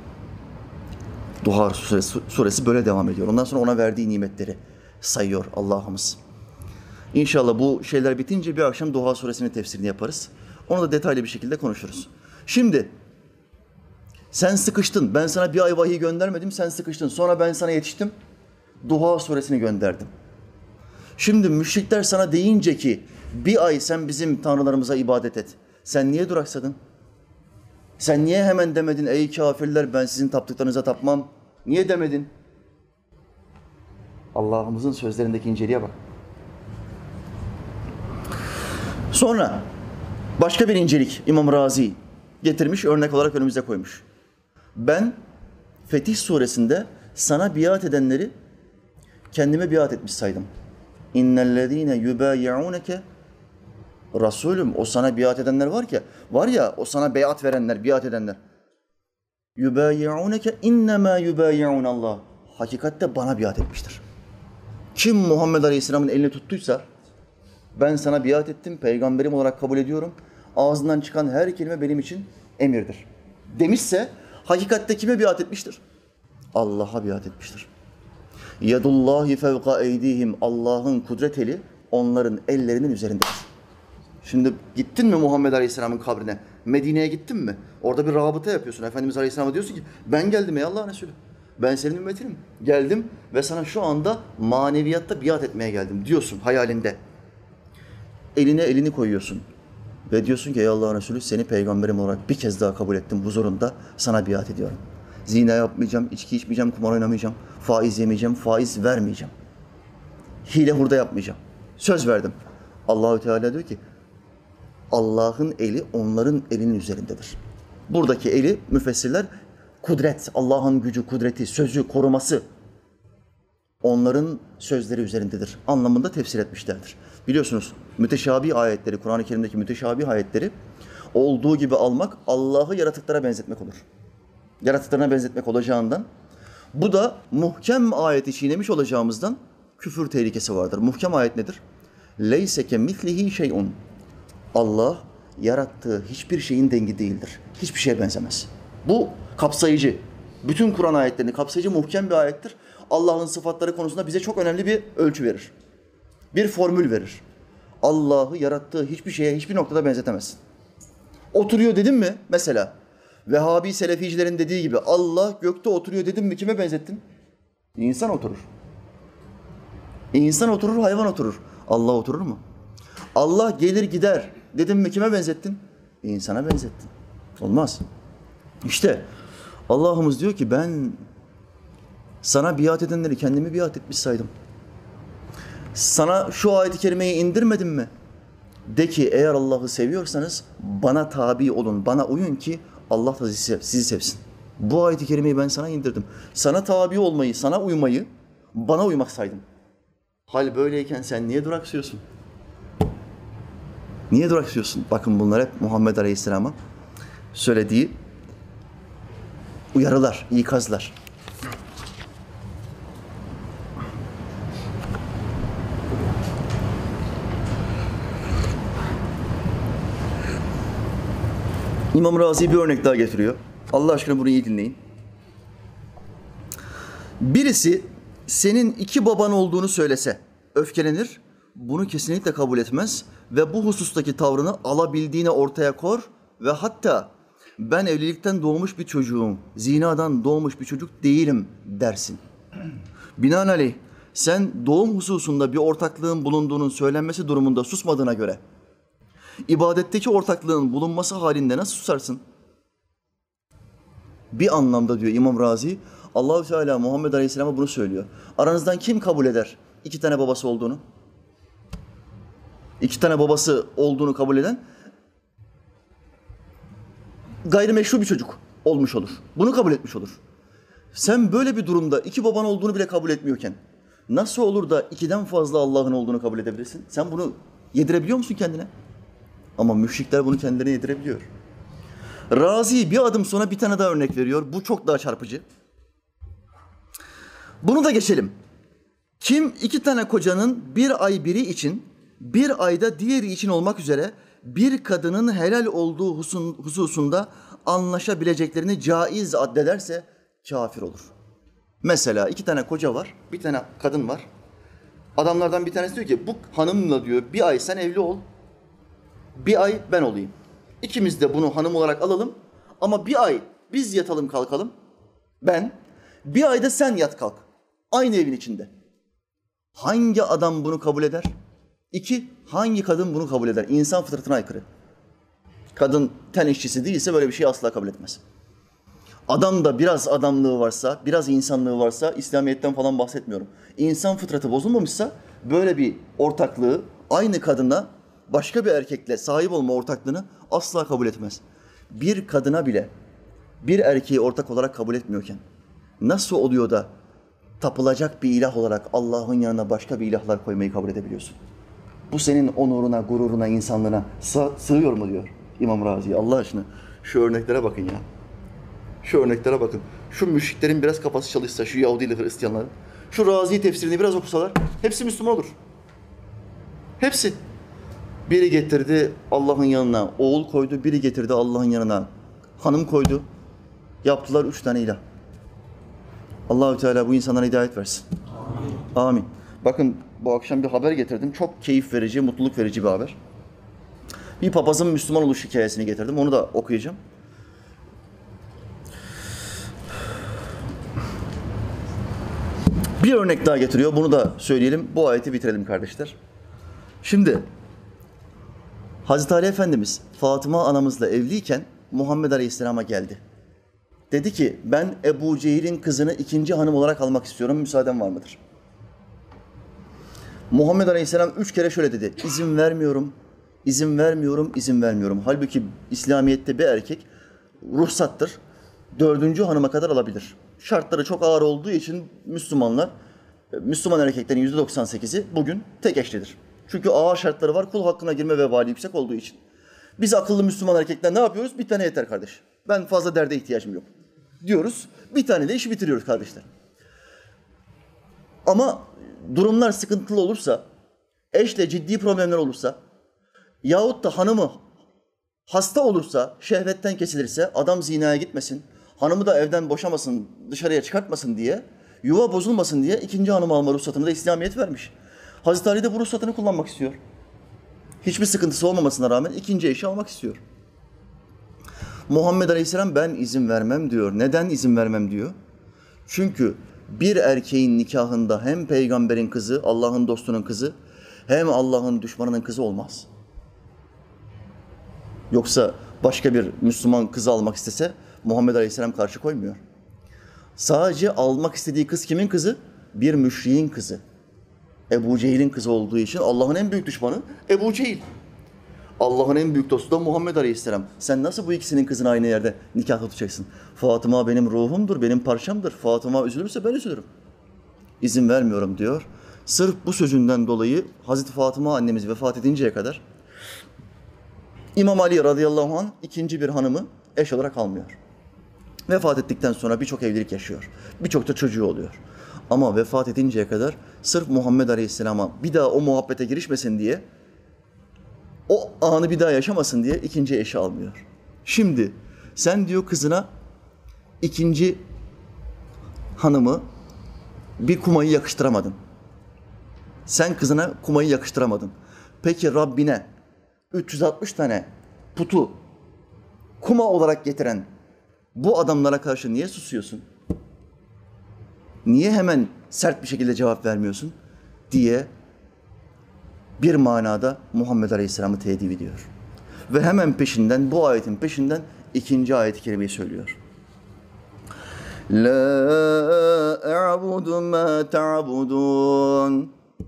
Duha suresi böyle devam ediyor. Ondan sonra ona verdiği nimetleri sayıyor Allah'ımız. İnşallah bu şeyler bitince bir akşam Duha suresinin tefsirini yaparız. Onu da detaylı bir şekilde konuşuruz. Şimdi sen sıkıştın. Ben sana bir ay vahiy göndermedim. Sen sıkıştın. Sonra ben sana yetiştim. Duha suresini gönderdim. Şimdi müşrikler sana deyince ki bir ay sen bizim tanrılarımıza ibadet et. Sen niye duraksadın? Sen niye hemen demedin ey kafirler ben sizin taptıklarınıza tapmam? Niye demedin? Allah'ımızın sözlerindeki inceliğe bak. Sonra başka bir incelik İmam Razi getirmiş, örnek olarak önümüze koymuş. Ben Fetih suresinde sana biat edenleri kendime biat etmiş saydım. İnnellezîne yubâyi'ûneke Resulüm, o sana biat edenler var ya, o sana beyat verenler, biat edenler. Yubâyi'ûneke innemâ yubâyi'ûnallâh. Hakikatte bana biat etmiştir. Kim Muhammed Aleyhisselam'ın elini tuttuysa, ben sana biat ettim, peygamberim olarak kabul ediyorum. Ağzından çıkan her kelime benim için emirdir. Demişse, hakikatte kime biat etmiştir? Allah'a biat etmiştir. Yedullahi fevka eydihim. Allah'ın kudret eli onların ellerinin üzerindedir. Şimdi gittin mi Muhammed Aleyhisselam'ın kabrine? Medine'ye gittin mi? Orada bir rabıta yapıyorsun. Efendimiz Aleyhisselam'a diyorsun ki ben geldim ey Allah'ın Resulü. Ben senin ümmetinim. Geldim ve sana şu anda maneviyatta biat etmeye geldim diyorsun hayalinde. Eline elini koyuyorsun. Ve diyorsun ki ey Allah'ın Resulü seni peygamberim olarak bir kez daha kabul ettim huzurunda sana biat ediyorum. Zina yapmayacağım, içki içmeyeceğim, kumar oynamayacağım, faiz yemeyeceğim, faiz vermeyeceğim. Hile hurda yapmayacağım. Söz verdim. Allahü Teala diyor ki Allah'ın eli onların elinin üzerindedir. Buradaki eli müfessirler kudret, Allah'ın gücü, kudreti, sözü, koruması onların sözleri üzerindedir anlamında tefsir etmişlerdir. Biliyorsunuz müteşabih ayetleri, Kur'an-ı Kerim'deki müteşabih ayetleri olduğu gibi almak Allah'ı yaratıklara benzetmek olur. Yaratıklarına benzetmek olacağından. Bu da muhkem ayeti çiğnemiş olacağımızdan küfür tehlikesi vardır. Muhkem ayet nedir? Leyse kemislihi şey'un. Allah yarattığı hiçbir şeyin dengi değildir. Hiçbir şeye benzemez. Bu kapsayıcı. Bütün Kur'an ayetlerini kapsayıcı muhkem bir ayettir. Allah'ın sıfatları konusunda bize çok önemli bir ölçü verir. Bir formül verir. Allah'ı yarattığı hiçbir şeye hiçbir noktada benzetemezsin. Oturuyor dedim mi mesela? Vehhabi Seleficilerin dediği gibi Allah gökte oturuyor dedim mi kime benzettin? İnsan oturur. İnsan oturur, hayvan oturur. Allah oturur mu? Allah gelir gider dedim mi kime benzettin? İnsana benzettin. Olmaz. İşte Allah'ımız diyor ki ben sana biat edenleri kendimi biat etmiş saydım. Sana şu ayet-i kerimeyi indirmedim mi? De ki eğer Allah'ı seviyorsanız bana tabi olun, bana uyun ki Allah da sizi sevsin. Bu ayet-i kerimeyi ben sana indirdim. Sana tabi olmayı, sana uymayı, bana uymak saydım. Hal böyleyken sen niye duraksıyorsun? Niye duraksıyorsun? Bakın bunlar hep Muhammed Aleyhisselam'a söylediği uyarılar, ikazlar. İmam Razi bir örnek daha getiriyor. Allah aşkına bunu iyi dinleyin. Birisi senin iki baban olduğunu söylese öfkelenir, bunu kesinlikle kabul etmez ve bu husustaki tavrını alabildiğine ortaya kor ve hatta ben evlilikten doğmuş bir çocuğum, zinadan doğmuş bir çocuk değilim dersin. Binaenaleyh sen doğum hususunda bir ortaklığın bulunduğunun söylenmesi durumunda susmadığına göre İbadetteki ortaklığın bulunması halinde nasıl susarsın? Bir anlamda diyor İmam Razi, Allah-u Teala Muhammed Aleyhisselam'a bunu söylüyor. Aranızdan kim kabul eder iki tane babası olduğunu? İki tane babası olduğunu kabul eden gayrimeşru bir çocuk olmuş olur. Bunu kabul etmiş olur. Sen böyle bir durumda iki baban olduğunu bile kabul etmiyorken nasıl olur da ikiden fazla Allah'ın olduğunu kabul edebilirsin? Sen bunu yedirebiliyor musun kendine? Ama müşrikler bunu kendilerine yedirebiliyor. Razi bir adım sonra bir tane daha örnek veriyor. Bu çok daha çarpıcı. Bunu da geçelim. Kim iki tane kocanın bir ay biri için, bir ayda diğeri için olmak üzere bir kadının helal olduğu hususunda anlaşabileceklerini caiz addederse kafir olur. Mesela iki tane koca var, bir tane kadın var. Adamlardan bir tanesi diyor ki bu hanımla diyor bir ay sen evli ol. Bir ay ben olayım. İkimiz de bunu hanım olarak alalım ama bir ay biz yatalım kalkalım. Ben, bir ayda sen yat kalk. Aynı evin içinde. Hangi adam bunu kabul eder? İki, hangi kadın bunu kabul eder? İnsan fıtratına aykırı. Kadın ten işçisi değilse böyle bir şey asla kabul etmez. Adamda biraz adamlığı varsa, biraz insanlığı varsa, İslamiyet'ten falan bahsetmiyorum. İnsan fıtratı bozulmamışsa böyle bir ortaklığı aynı kadına başka bir erkekle sahip olma ortaklığını asla kabul etmez. Bir kadına bile bir erkeği ortak olarak kabul etmiyorken nasıl oluyor da tapılacak bir ilah olarak Allah'ın yanına başka bir ilahlar koymayı kabul edebiliyorsun? Bu senin onuruna, gururuna, insanlığına sığıyor mu diyor İmam Razi. Allah aşkına şu örneklere bakın ya. Şu örneklere bakın. Şu müşriklerin biraz kafası çalışsa, şu Yahudi ile Hristiyanların, şu Razi tefsirini biraz okusalar hepsi Müslüman olur. Hepsi. Biri getirdi Allah'ın yanına oğul koydu, biri getirdi Allah'ın yanına hanım koydu. Yaptılar 3 tane ilah. Allah-u Teala bu insanlara hidayet versin. Amin. Amin. Bakın bu akşam bir haber getirdim. Çok keyif verici, mutluluk verici bir haber. Bir papazın Müslüman oluş hikayesini getirdim. Onu da okuyacağım. Bir örnek daha getiriyor. Bunu da söyleyelim. Bu ayeti bitirelim kardeşler. Şimdi Hazreti Ali Efendimiz Fatıma anamızla evliyken Muhammed Aleyhisselam'a geldi. Dedi ki ben Ebu Cehil'in kızını ikinci hanım olarak almak istiyorum. Müsaaden var mıdır? Muhammed Aleyhisselam 3 kere şöyle dedi. İzin vermiyorum, izin vermiyorum, izin vermiyorum. Halbuki İslamiyet'te bir erkek ruhsattır. 4. hanıma kadar alabilir. Şartları çok ağır olduğu için Müslüman erkeklerin %98'i bugün tek eşlidir. Çünkü ağır şartları var, kul hakkına girme vebali yüksek olduğu için. Biz akıllı Müslüman erkekler ne yapıyoruz? Bir tane yeter kardeş. Ben fazla derde ihtiyacım yok. diyoruz. Bir tane de işi bitiriyoruz kardeşler. Ama durumlar sıkıntılı olursa, eşle ciddi problemler olursa yahut da hanımı hasta olursa, şehvetten kesilirse adam zinaya gitmesin, hanımı da evden boşamasın, dışarıya çıkartmasın diye, yuva bozulmasın diye ikinci hanım alma ruhsatını da İslamiyet vermiş. Hazreti Ali de bu ruhsatını kullanmak istiyor. Hiçbir sıkıntısı olmamasına rağmen ikinci eşi almak istiyor. Muhammed Aleyhisselam ben izin vermem diyor. Neden izin vermem diyor? Çünkü bir erkeğin nikahında hem peygamberin kızı, Allah'ın dostunun kızı, hem Allah'ın düşmanının kızı olmaz. Yoksa başka bir Müslüman kızı almak istese Muhammed Aleyhisselam karşı koymuyor. Sadece almak istediği kız kimin kızı? Bir müşriğin kızı. Ebu Cehil'in kızı olduğu için Allah'ın en büyük düşmanı Ebu Cehil. Allah'ın en büyük dostu da Muhammed Aleyhisselam. Sen nasıl bu ikisinin kızını aynı yerde nikah tutacaksın? Fatıma benim ruhumdur, benim parçamdır. Fatıma üzülürse ben üzülürüm. İzin vermiyorum diyor. Sırf bu sözünden dolayı Hazreti Fatıma annemiz vefat edinceye kadar İmam Ali radıyallahu anh ikinci bir hanımı eş olarak almıyor. Vefat ettikten sonra birçok evlilik yaşıyor. Birçok da çocuğu oluyor. Ama vefat edinceye kadar sırf Muhammed Aleyhisselam'a bir daha o muhabbete girişmesin diye, o anı bir daha yaşamasın diye ikinci eşi almıyor. Şimdi sen diyor kızına ikinci hanımı bir kumayı yakıştıramadın. Sen kızına kumayı yakıştıramadın. Peki Rabbine 360 tane putu kuma olarak getiren bu adamlara karşı niye susuyorsun? Niye hemen sert bir şekilde cevap vermiyorsun? Diye bir manada Muhammed Aleyhisselam'ı tedip ediyor. Ve hemen peşinden, bu ayetin peşinden ikinci ayet-i kerimeyi söylüyor. La a'budu ma ta'budun.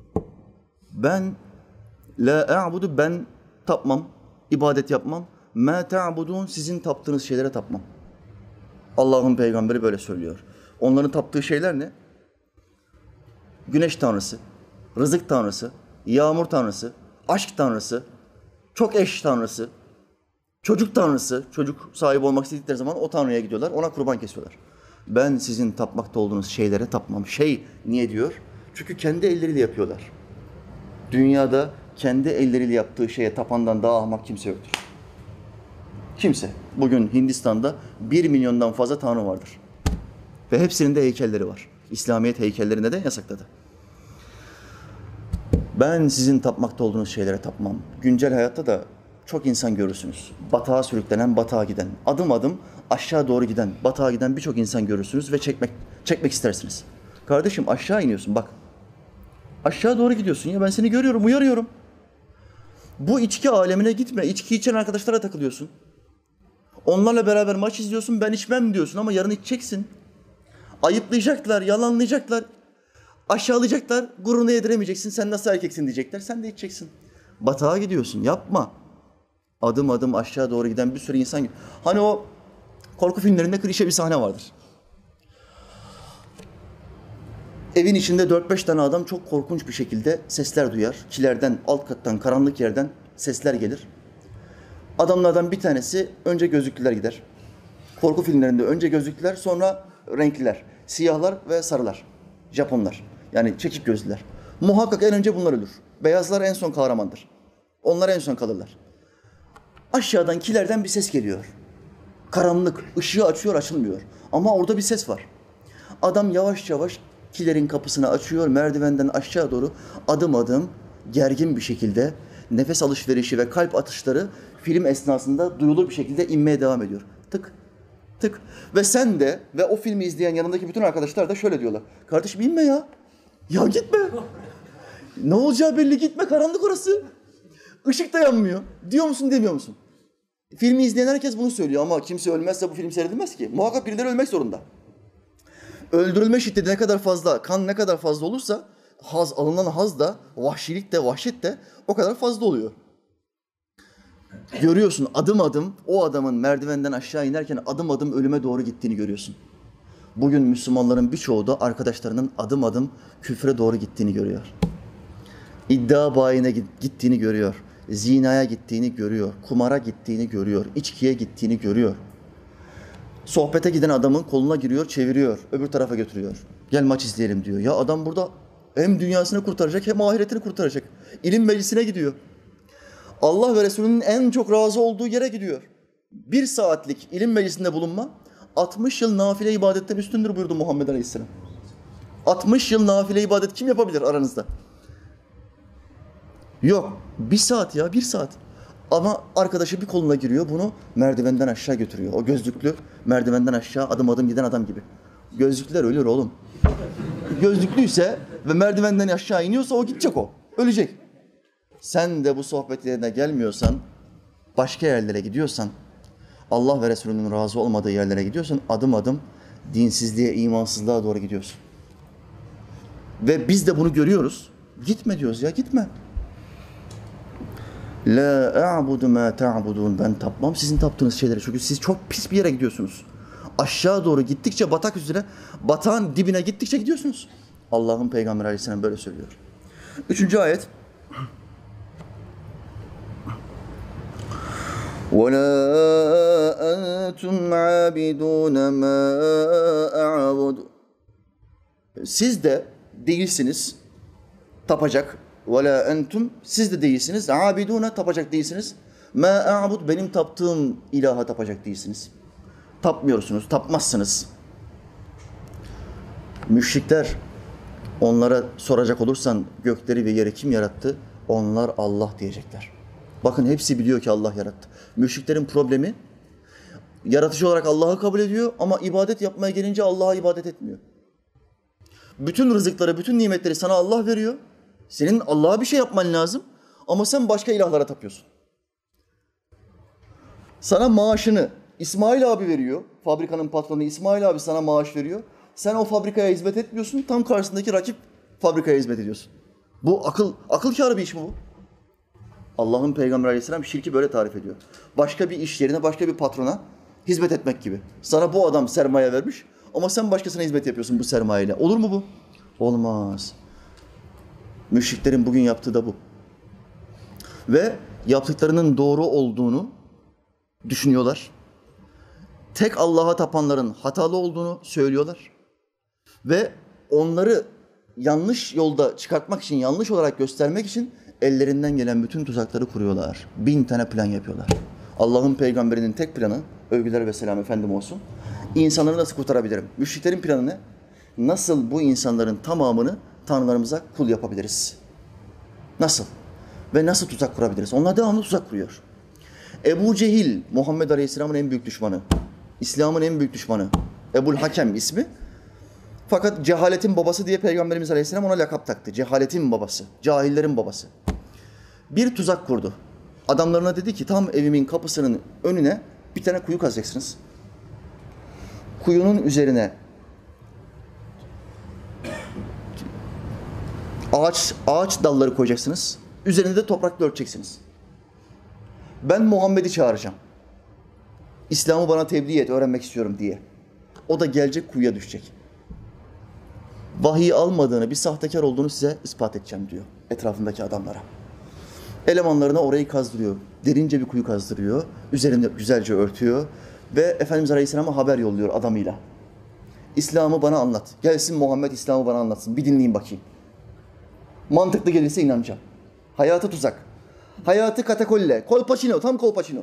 Ben tapmam, ibadet yapmam. Ma ta'budun, sizin taptığınız şeylere tapmam. Allah'ın peygamberi böyle söylüyor. Onların taptığı şeyler ne? Güneş tanrısı, rızık tanrısı, yağmur tanrısı, aşk tanrısı, çok eş tanrısı, çocuk tanrısı. Çocuk sahibi olmak istedikleri zaman o tanrıya gidiyorlar, ona kurban kesiyorlar. Ben sizin tapmakta olduğunuz şeylere tapmam. Niye diyor? Çünkü kendi elleriyle yapıyorlar. Dünyada kendi elleriyle yaptığı şeye tapandan daha ahmak kimse yoktur. Kimse. Bugün Hindistan'da 1 milyondan fazla tanrı vardır. Ve hepsinin de heykelleri var. İslamiyet heykelleri neden yasakladı? Ben sizin tapmakta olduğunuz şeylere tapmam. Güncel hayatta da çok insan görürsünüz. Batağa sürüklenen, batağa giden, adım adım aşağı doğru giden, batağa giden birçok insan görürsünüz ve çekmek istersiniz. Kardeşim aşağı iniyorsun bak. Aşağı doğru gidiyorsun ya, ben seni görüyorum, uyarıyorum. Bu içki alemine gitme. İçki içen arkadaşlara takılıyorsun. Onlarla beraber maç izliyorsun, ben içmem diyorsun ama yarın içeceksin. Ayıplayacaklar, yalanlayacaklar, aşağılayacaklar, gururunu yediremeyeceksin, sen nasıl erkeksin diyecekler, sen de içeceksin. Batağa gidiyorsun, yapma. Adım adım aşağı doğru giden bir sürü insan. Hani o korku filmlerinde klişe bir sahne vardır. Evin içinde 4-5 tane adam çok korkunç bir şekilde sesler duyar. Kilerden, alt kattan, karanlık yerden sesler gelir. Adamlardan bir tanesi önce gözlüklüler gider. Korku filmlerinde önce gözlüklüler, sonra renkliler. Siyahlar ve sarılar. Japonlar. Yani çekik gözlüler. Muhakkak en önce bunlar ölür. Beyazlar en son kahramandır. Onlar en son kalırlar. Aşağıdan kilerden bir ses geliyor. Karanlık, ışığı açıyor, açılmıyor. Ama orada bir ses var. Adam yavaş yavaş kilerin kapısını açıyor, merdivenden aşağı doğru adım adım gergin bir şekilde nefes alışverişi ve kalp atışları film esnasında duyulur bir şekilde inmeye devam ediyor. Tık, tık. Ve sen de ve o filmi izleyen yanındaki bütün arkadaşlar da şöyle diyorlar. Kardeşim inme ya. Ya gitme. Ne olacağı belli, gitme, karanlık orası. Işık da yanmıyor. Diyor musun, demiyor musun? Filmi izleyen herkes bunu söylüyor ama kimse ölmezse bu film seyredilmez ki. Muhakkak birileri ölmek zorunda. Öldürülme şiddeti ne kadar fazla, kan ne kadar fazla olursa alınan haz da, vahşilik de, vahşet de o kadar fazla oluyor. Görüyorsun adım adım o adamın merdivenden aşağı inerken adım adım ölüme doğru gittiğini görüyorsun. Bugün Müslümanların birçoğu da arkadaşlarının adım adım küfre doğru gittiğini görüyor. İddia bayine gittiğini görüyor. Zinaya gittiğini görüyor. Kumara gittiğini görüyor. İçkiye gittiğini görüyor. Sohbete giden adamın koluna giriyor, çeviriyor, öbür tarafa götürüyor. Gel maç izleyelim diyor. Ya adam burada hem dünyasını kurtaracak hem ahiretini kurtaracak. İlim meclisine gidiyor. Allah ve Resulünün en çok razı olduğu yere gidiyor. 1 saatlik ilim meclisinde bulunma 60 yıl nafile ibadetten üstündür buyurdu Muhammed Aleyhisselam. 60 yıl nafile ibadet kim yapabilir aranızda? Yok. 1 saat ya, 1 saat. Ama arkadaşı bir koluna giriyor, bunu merdivenden aşağı götürüyor. O gözlüklü merdivenden aşağı adım adım giden adam gibi. Gözlükler ölür oğlum. Gözlüklüyse ve merdivenden aşağı iniyorsa o gidecek o. Ölecek. Sen de bu sohbetlerine gelmiyorsan, başka yerlere gidiyorsan, Allah ve Resulünün razı olmadığı yerlere gidiyorsan adım adım dinsizliğe, imansızlığa doğru gidiyorsun. Ve biz de bunu görüyoruz. Gitme diyoruz ya, gitme. La a'budu ma ta'budun. Ben tapmam sizin taptığınız şeyleri. Çünkü siz çok pis bir yere gidiyorsunuz. Aşağı doğru gittikçe batak üzere, batağın dibine gittikçe gidiyorsunuz. Allah'ın Peygamberi Aleyhisselam böyle söylüyor. 3. ayet. وَلَا أَنْتُمْ عَابِدُونَ مَا أَعْبُدُ. Siz de değilsiniz tapacak. وَلَا أَنْتُمْ. Siz de değilsiniz. عَابِدُونَ. Tapacak değilsiniz. مَا أَعْبُدُ. Benim taptığım ilaha tapacak değilsiniz. Tapmıyorsunuz, tapmazsınız. Müşrikler, onlara soracak olursan gökleri ve yeri kim yarattı? Onlar Allah diyecekler. Bakın hepsi biliyor ki Allah yarattı. Müşriklerin problemi, yaratıcı olarak Allah'ı kabul ediyor ama ibadet yapmaya gelince Allah'a ibadet etmiyor. Bütün rızıkları, bütün nimetleri sana Allah veriyor. Senin Allah'a bir şey yapman lazım ama sen başka ilahlara tapıyorsun. Sana maaşını İsmail abi veriyor. Fabrikanın patronu İsmail abi sana maaş veriyor. Sen o fabrikaya hizmet etmiyorsun. Tam karşısındaki rakip fabrikaya hizmet ediyorsun. Bu akıl kârı bir iş mi bu? Allah'ın Peygamberi Aleyhisselam şirki böyle tarif ediyor. Başka bir iş yerine, başka bir patrona hizmet etmek gibi. Sana bu adam sermaye vermiş ama sen başkasına hizmet yapıyorsun bu sermayeyle. Olur mu bu? Olmaz. Müşriklerin bugün yaptığı da bu. Ve yaptıklarının doğru olduğunu düşünüyorlar. Tek Allah'a tapanların hatalı olduğunu söylüyorlar. Ve onları yanlış yolda çıkartmak için, yanlış olarak göstermek için ellerinden gelen bütün tuzakları kuruyorlar. 1000 tane plan yapıyorlar. Allah'ın peygamberinin tek planı, övgüler ve selam efendim olsun, insanları nasıl kurtarabilirim? Müşriklerin planı ne? Nasıl bu insanların tamamını tanrılarımıza kul yapabiliriz? Nasıl? Ve nasıl tuzak kurabiliriz? Onlar devamlı tuzak kuruyor. Ebu Cehil, Muhammed Aleyhisselam'ın en büyük düşmanı. İslam'ın en büyük düşmanı. Ebul Hakem ismi. Fakat cehaletin babası diye Peygamberimiz Aleyhisselam ona lakap taktı. Cehaletin babası, cahillerin babası. Bir tuzak kurdu. Adamlarına dedi ki tam evimin kapısının önüne bir tane kuyu kazacaksınız. Kuyunun üzerine ağaç dalları koyacaksınız. Üzerine de toprakla örteceksiniz. Ben Muhammed'i çağıracağım. İslam'ı bana tebliğ et, öğrenmek istiyorum diye. O da gelecek, kuyuya düşecek. Vahiy almadığını, bir sahtekar olduğunu size ispat edeceğim diyor etrafındaki adamlara. Elemanlarına orayı kazdırıyor. Derince bir kuyu kazdırıyor. Üzerinde güzelce örtüyor. Ve Efendimiz Aleyhisselam'a haber yolluyor adamıyla. İslam'ı bana anlat. Gelsin Muhammed İslam'ı bana anlatsın. Bir dinleyin bakayım. Mantıklı gelirse inanacağım. Hayatı tuzak. Hayatı katakolle. Kolpaçino, tam kolpaçino.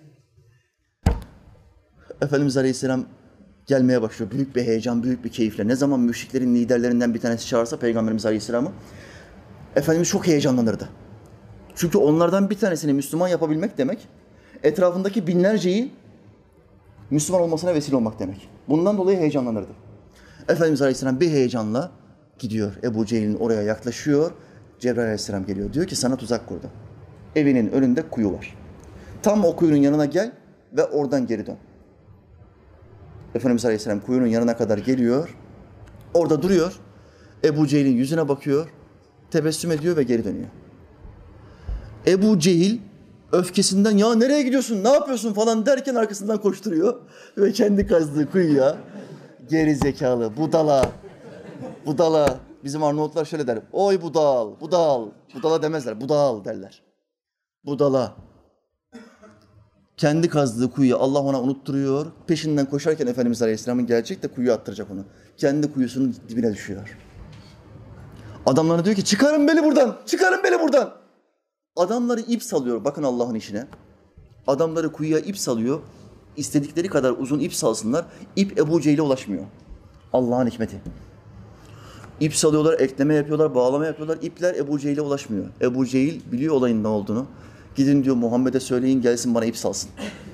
Efendimiz Aleyhisselam gelmeye başlıyor. Büyük bir heyecan, büyük bir keyifle. Ne zaman müşriklerin liderlerinden bir tanesi çağırsa Peygamberimiz Aleyhisselam'ı, Efendimiz çok heyecanlanırdı. Çünkü onlardan bir tanesini Müslüman yapabilmek demek, etrafındaki binlerceyi Müslüman olmasına vesile olmak demek. Bundan dolayı heyecanlanırdı. Efendimiz Aleyhisselam bir heyecanla gidiyor. Ebu Cehil'in oraya yaklaşıyor. Cebrail Aleyhisselam geliyor. Diyor ki sana tuzak kurdu. Evinin önünde kuyu var. Tam o kuyunun yanına gel ve oradan geri dön. Efendimiz Aleyhisselam kuyunun yanına kadar geliyor. Orada duruyor. Ebu Cehil'in yüzüne bakıyor. Tebessüm ediyor ve geri dönüyor. Ebu Cehil öfkesinden ya nereye gidiyorsun, ne yapıyorsun falan derken arkasından koşturuyor. Ve kendi kazdığı kuyuya geri zekalı, budala. Bizim Arnavutlar şöyle der. Oy budal. Budala demezler, budal derler. Budala. Kendi kazdığı kuyuyu Allah ona unutturuyor. Peşinden koşarken Efendimiz Aleyhisselam'ın gelecek de kuyuya attıracak onu. Kendi kuyusunun dibine düşüyor. Adamlarına diyor ki çıkarın beni buradan, çıkarın beni buradan. Adamları ip salıyor, bakın Allah'ın işine. Adamları kuyuya ip salıyor. İstedikleri kadar uzun ip salsınlar. İp Ebu Cehil'e ulaşmıyor. Allah'ın hikmeti. İp salıyorlar, ekleme yapıyorlar, bağlama yapıyorlar. İpler Ebu Cehil'e ulaşmıyor. Ebu Cehil biliyor olayın ne olduğunu. Gidin diyor Muhammed'e söyleyin gelsin bana ip salsın.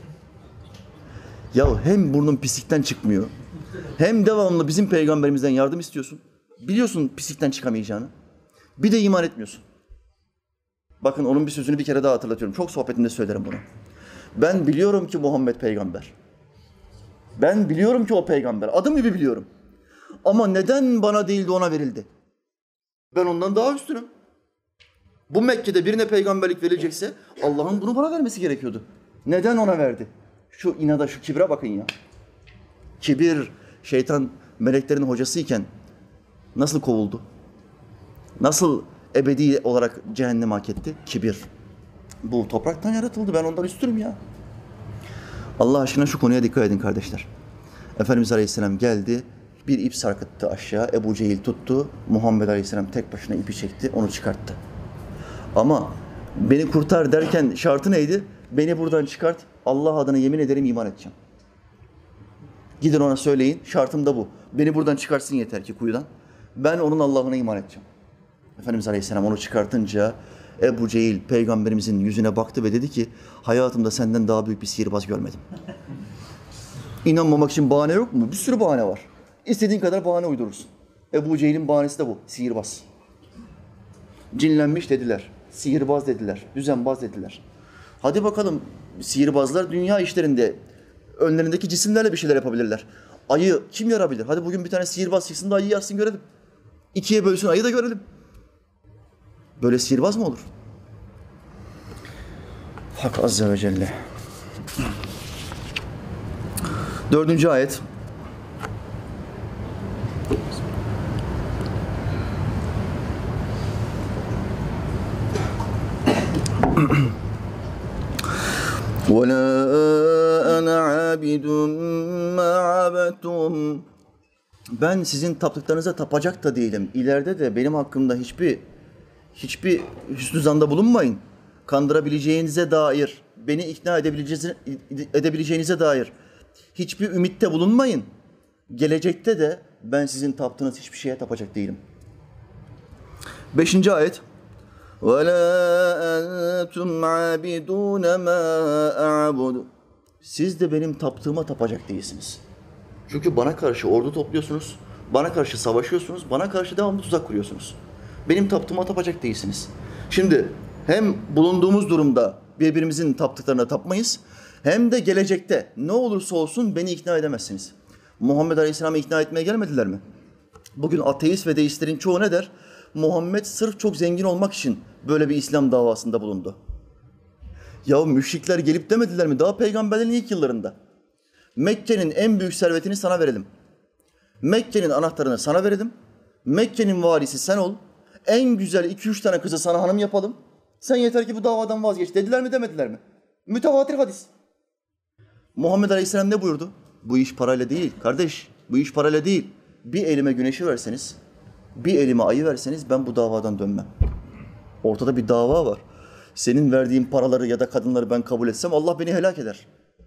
Ya hem burnun pislikten çıkmıyor. Hem devamlı bizim peygamberimizden yardım istiyorsun. Biliyorsun pislikten çıkamayacağını. Bir de iman etmiyorsun. Bakın onun bir sözünü bir kere daha hatırlatıyorum. Çok sohbetimde söylerim bunu. Ben biliyorum ki Muhammed peygamber. Ben biliyorum ki o peygamber. Adım gibi biliyorum. Ama neden bana değil de ona verildi? Ben ondan daha üstünüm. Bu Mekke'de birine peygamberlik verilecekse Allah'ın bunu bana vermesi gerekiyordu. Neden ona verdi? Şu inada, şu kibre bakın ya. Kibir, şeytan meleklerin hocasıyken nasıl kovuldu? Nasıl ebedi olarak cehenneme hak etti? Kibir. Bu topraktan yaratıldı. Ben ondan üstünüm ya. Allah aşkına şu konuya dikkat edin kardeşler. Efendimiz Aleyhisselam geldi. Bir ip sarkıttı aşağı. Ebu Cehil tuttu. Muhammed Aleyhisselam tek başına ipi çekti. Onu çıkarttı. Ama beni kurtar derken şartı neydi? Beni buradan çıkart. Allah adına yemin ederim iman edeceğim. Gidin ona söyleyin. Şartım da bu. Beni buradan çıkarsın yeter ki kuyudan. Ben onun Allah'ına iman edeceğim. Efendimiz Aleyhisselam onu çıkartınca Ebu Cehil peygamberimizin yüzüne baktı ve dedi ki hayatımda senden daha büyük bir sihirbaz görmedim. İnanmamak için bahane yok mu? Bir sürü bahane var. İstediğin kadar bahane uydurursun. Ebu Cehil'in bahanesi de bu. Sihirbaz. Cinlenmiş dediler. Sihirbaz dediler. Düzenbaz dediler. Hadi bakalım sihirbazlar dünya işlerinde önlerindeki cisimlerle bir şeyler yapabilirler. Ayı kim yarabilir? Hadi bugün bir tane sihirbaz çıksın da ayı yarsın görelim. İkiye bölsün ayı da görelim. Böyle sihirbaz mı olur? Hak Azze ve Celle. 4. ayet. وَلَا أَنَا عَابِدٌ مَا عَبَدْتُمْ. Ben sizin taptıklarınıza tapacak da değilim. İleride de benim hakkımda hiçbir hüsnü zanda bulunmayın. Kandırabileceğinize dair, beni ikna edebileceğinize dair hiçbir ümitte bulunmayın. Gelecekte de ben sizin taptığınız hiçbir şeye tapacak değilim. 5. ayet. وَلَا أَنْتُمْ عَابِدُونَ مَا أَعْبُدُ. Siz de benim taptığıma tapacak değilsiniz. Çünkü bana karşı ordu topluyorsunuz, bana karşı savaşıyorsunuz, bana karşı devamlı tuzak kuruyorsunuz. Benim taptığıma tapacak değilsiniz. Şimdi hem bulunduğumuz durumda birbirimizin taptıklarına tapmayız, hem de gelecekte ne olursa olsun beni ikna edemezsiniz. Muhammed Aleyhisselam'ı ikna etmeye gelmediler mi? Bugün ateist ve deistlerin çoğu ne der? Muhammed sırf çok zengin olmak için böyle bir İslam davasında bulundu. Ya müşrikler gelip demediler mi? Daha peygamberlerin ilk yıllarında. Mekke'nin en büyük servetini sana verelim. Mekke'nin anahtarını sana verelim. Mekke'nin valisi sen ol. En güzel 2-3 tane kızı sana hanım yapalım. Sen yeter ki bu davadan vazgeç. Dediler mi demediler mi? Mütevatir hadis. Muhammed Aleyhisselam ne buyurdu? Bu iş parayla değil kardeş. Bu iş parayla değil. Bir elime güneşi verseniz, bir elime ayı verseniz ben bu davadan dönmem. Ortada bir dava var. Senin verdiğin paraları ya da kadınları ben kabul etsem Allah beni helak eder.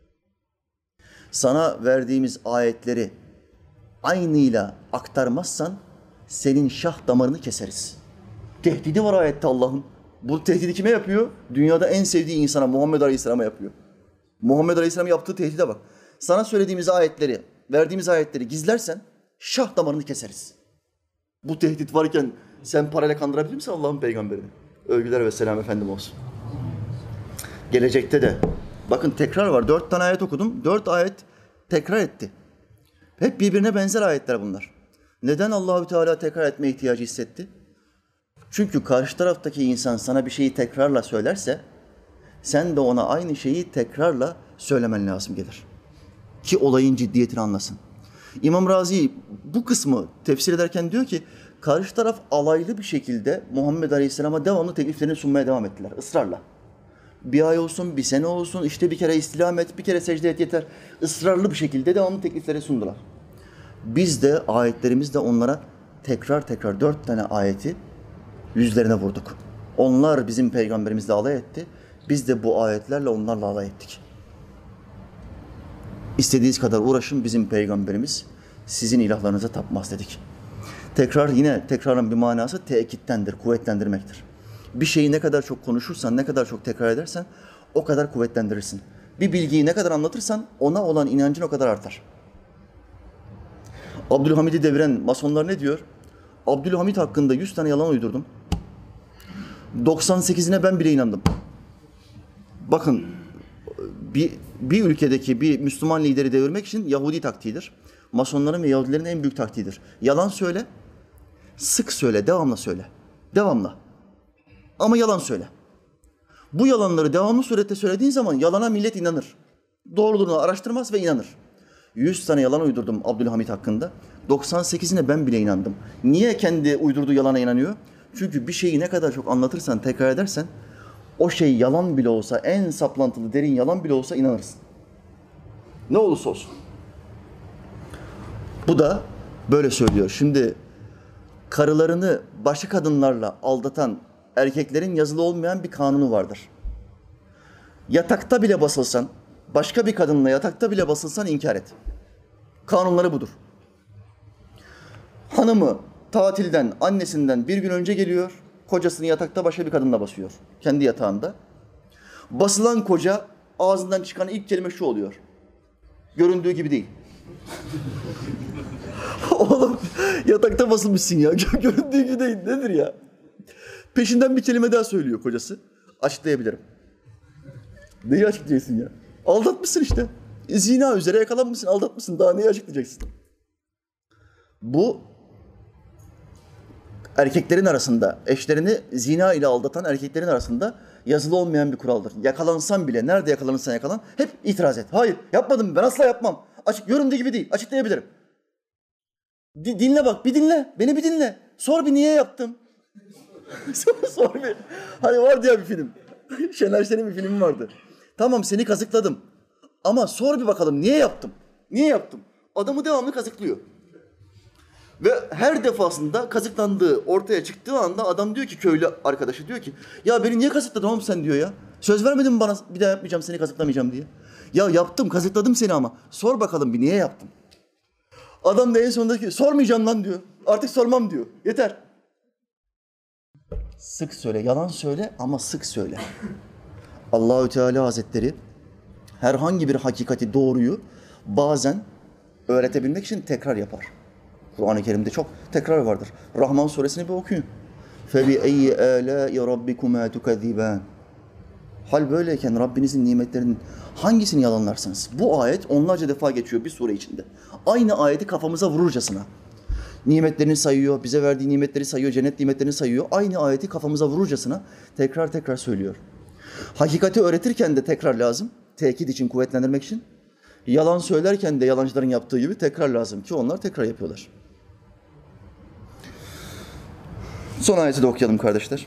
Sana verdiğimiz ayetleri aynıyla aktarmazsan senin şah damarını keseriz. Tehdidi var ayette Allah'ın. Bu tehdidi kime yapıyor? Dünyada en sevdiği insana, Muhammed Aleyhisselam'a yapıyor. Muhammed Aleyhisselam yaptığı tehdide bak. Sana söylediğimiz ayetleri, verdiğimiz ayetleri gizlersen şah damarını keseriz. Bu tehdit varken sen parayla kandırabilir misin Allah'ın peygamberini? Övgüler ve selam efendim olsun. Gelecekte de, bakın tekrar var. 4 tane ayet okudum. 4 ayet tekrar etti. Hep birbirine benzer ayetler bunlar. Neden Allahü Teala tekrar etme ihtiyacı hissetti? Çünkü karşı taraftaki insan sana bir şeyi tekrarla söylerse, sen de ona aynı şeyi tekrarla söylemen lazım gelir. Ki olayın ciddiyetini anlasın. İmam Razi bu kısmı tefsir ederken diyor ki, karşı taraf alaylı bir şekilde Muhammed Aleyhisselam'a devamlı tekliflerini sunmaya devam ettiler, ısrarla. Bir ay olsun, bir sene olsun, işte bir kere istilam et, bir kere secde et yeter. Israrlı bir şekilde devamlı teklifleri sundular. Biz de ayetlerimizle onlara tekrar tekrar 4 tane ayeti yüzlerine vurduk. Onlar bizim peygamberimizle alay etti. Biz de bu ayetlerle onlarla alay ettik. İstediğiniz kadar uğraşın, bizim peygamberimiz sizin ilahlarınıza tapmaz dedik. Tekrarın bir manası tekittendir, kuvvetlendirmektir. Bir şeyi ne kadar çok konuşursan, ne kadar çok tekrar edersen o kadar kuvvetlendirirsin. Bir bilgiyi ne kadar anlatırsan ona olan inancın o kadar artar. Abdülhamid'i deviren masonlar ne diyor? Abdülhamid hakkında 100 tane yalan uydurdum. 98'ine ben bile inandım. Bakın, bir ülkedeki bir Müslüman lideri devirmek için Yahudi taktiğidir. Masonların ve Yahudilerin en büyük taktiğidir. Yalan söyle, sık söyle, devamlı söyle. Devamlı. Ama yalan söyle. Bu yalanları devamlı surette söylediğin zaman yalana millet inanır. Doğruluğunu araştırmaz ve inanır. 100 tane yalan uydurdum Abdülhamid hakkında. 98'ine ben bile inandım. Niye kendi uydurduğu yalana inanıyor? Çünkü bir şeyi ne kadar çok anlatırsan, tekrar edersen o şey yalan bile olsa, en saplantılı, derin yalan bile olsa inanırsın. Ne olursa olsun. Bu da böyle söylüyor. Şimdi karılarını başka kadınlarla aldatan erkeklerin yazılı olmayan bir kanunu vardır. Yatakta bile basılsan, başka bir kadınla yatakta bile basılsan inkar et. Kanunları budur. Hanımı tatilden, annesinden bir gün önce geliyor, kocasını yatakta başka bir kadınla basıyor. Kendi yatağında. Basılan koca ağzından çıkan ilk kelime şu oluyor: göründüğü gibi değil. Oğlum yatakta basılmışsın ya. Göründüğü gibi değil. Nedir ya? Peşinden bir kelime daha söylüyor kocası. Açıklayabilirim. Neyi açıklayacaksın ya? Aldatmışsın işte. Zina üzere yakalanmışsın, aldatmışsın. Daha neyi açıklayacaksın? Bu erkeklerin arasında, eşlerini zina ile aldatan erkeklerin arasında yazılı olmayan bir kuraldır. Yakalansan bile, nerede yakalanırsan yakalan, hep itiraz et. Hayır, yapmadım, ben asla yapmam. Göründüğü gibi değil, açıklayabilirim. Dinle bak, bir dinle, beni bir dinle. Sor bir niye yaptım? Sor bir. Hani vardı ya bir film. Şener Şen'in bir filmi vardı. Tamam, seni kazıkladım. Ama sor bir bakalım niye yaptım? Niye yaptım? Adamı devamlı kazıklıyor. Ve her defasında kazıklandığı ortaya çıktığı anda adam diyor ki, köylü arkadaşı diyor ki, ya beni niye kazıkladın oğlum sen diyor ya. Söz vermedin mi bana bir daha yapmayacağım, seni kazıklamayacağım diye. Ya yaptım, kazıkladım seni ama sor bakalım bir niye yaptım? Adam da en sonunda diyor ki, sormayacağım lan diyor. Artık sormam diyor. Yeter. Sık söyle, yalan söyle ama sık söyle. Allahü Teala Hazretleri herhangi bir hakikati, doğruyu bazen öğretebilmek için tekrar yapar. Kur'an-ı Kerim'de çok tekrar vardır. Rahman suresini bir okuyun. فَبِأَيِّ آلَاءِ رَبِّكُمَا تُكَذِّبَانِ. Hal böyleyken Rabbinizin nimetlerinin hangisini yalanlarsınız? Bu ayet onlarca defa geçiyor bir sure içinde. Aynı ayeti kafamıza vururcasına. Nimetlerini sayıyor, bize verdiği nimetleri sayıyor, cennet nimetlerini sayıyor. Aynı ayeti kafamıza vururcasına tekrar tekrar söylüyor. Hakikati öğretirken de tekrar lazım. Tekit için, kuvvetlendirmek için. Yalan söylerken de yalancıların yaptığı gibi tekrar lazım ki onlar tekrar yapıyorlar. Son ayeti de okuyalım kardeşler.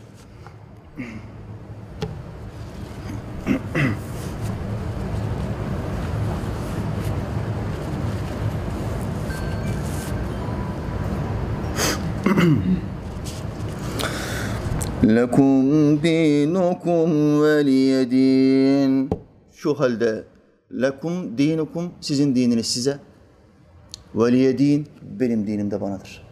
Lekum dinukum veliyedin. Şu halde lekum dinukum, sizin dininiz size. Veliyedin, benim dinim de banadır.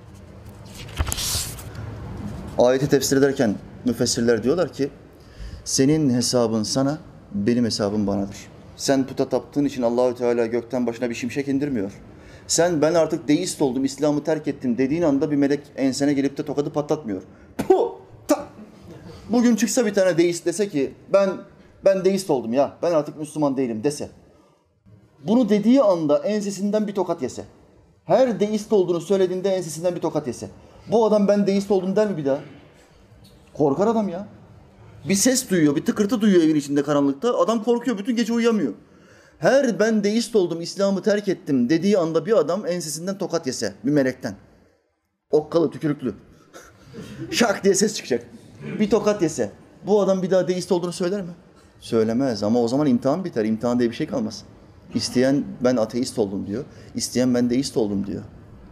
Ayeti tefsir ederken müfessirler diyorlar ki, senin hesabın sana, benim hesabım banadır. Sen puta taptığın için Allahü Teala gökten başına bir şimşek indirmiyor. Sen ben artık deist oldum, İslam'ı terk ettim dediğin anda bir melek ensene gelip de tokadı patlatmıyor. Puh! Bugün çıksa bir tane deist dese ki ben deist oldum ya, ben artık Müslüman değilim dese. Bunu dediği anda ensesinden bir tokat yese. Her deist olduğunu söylediğinde ensesinden bir tokat yese. Bu adam ben deist oldum der mi bir daha? Korkar adam ya. Bir ses duyuyor, bir tıkırtı duyuyor evin içinde karanlıkta. Adam korkuyor, bütün gece uyuyamıyor. Her ben deist oldum, İslam'ı terk ettim dediği anda bir adam ensesinden tokat yese bir melekten. Okkalı, tükürüklü. Şak diye ses çıkacak. Bir tokat yese. Bu adam bir daha deist olduğunu söyler mi? Söylemez ama o zaman imtihan biter. İmtihan diye bir şey kalmaz. İsteyen ben ateist oldum diyor. İsteyen ben deist oldum diyor.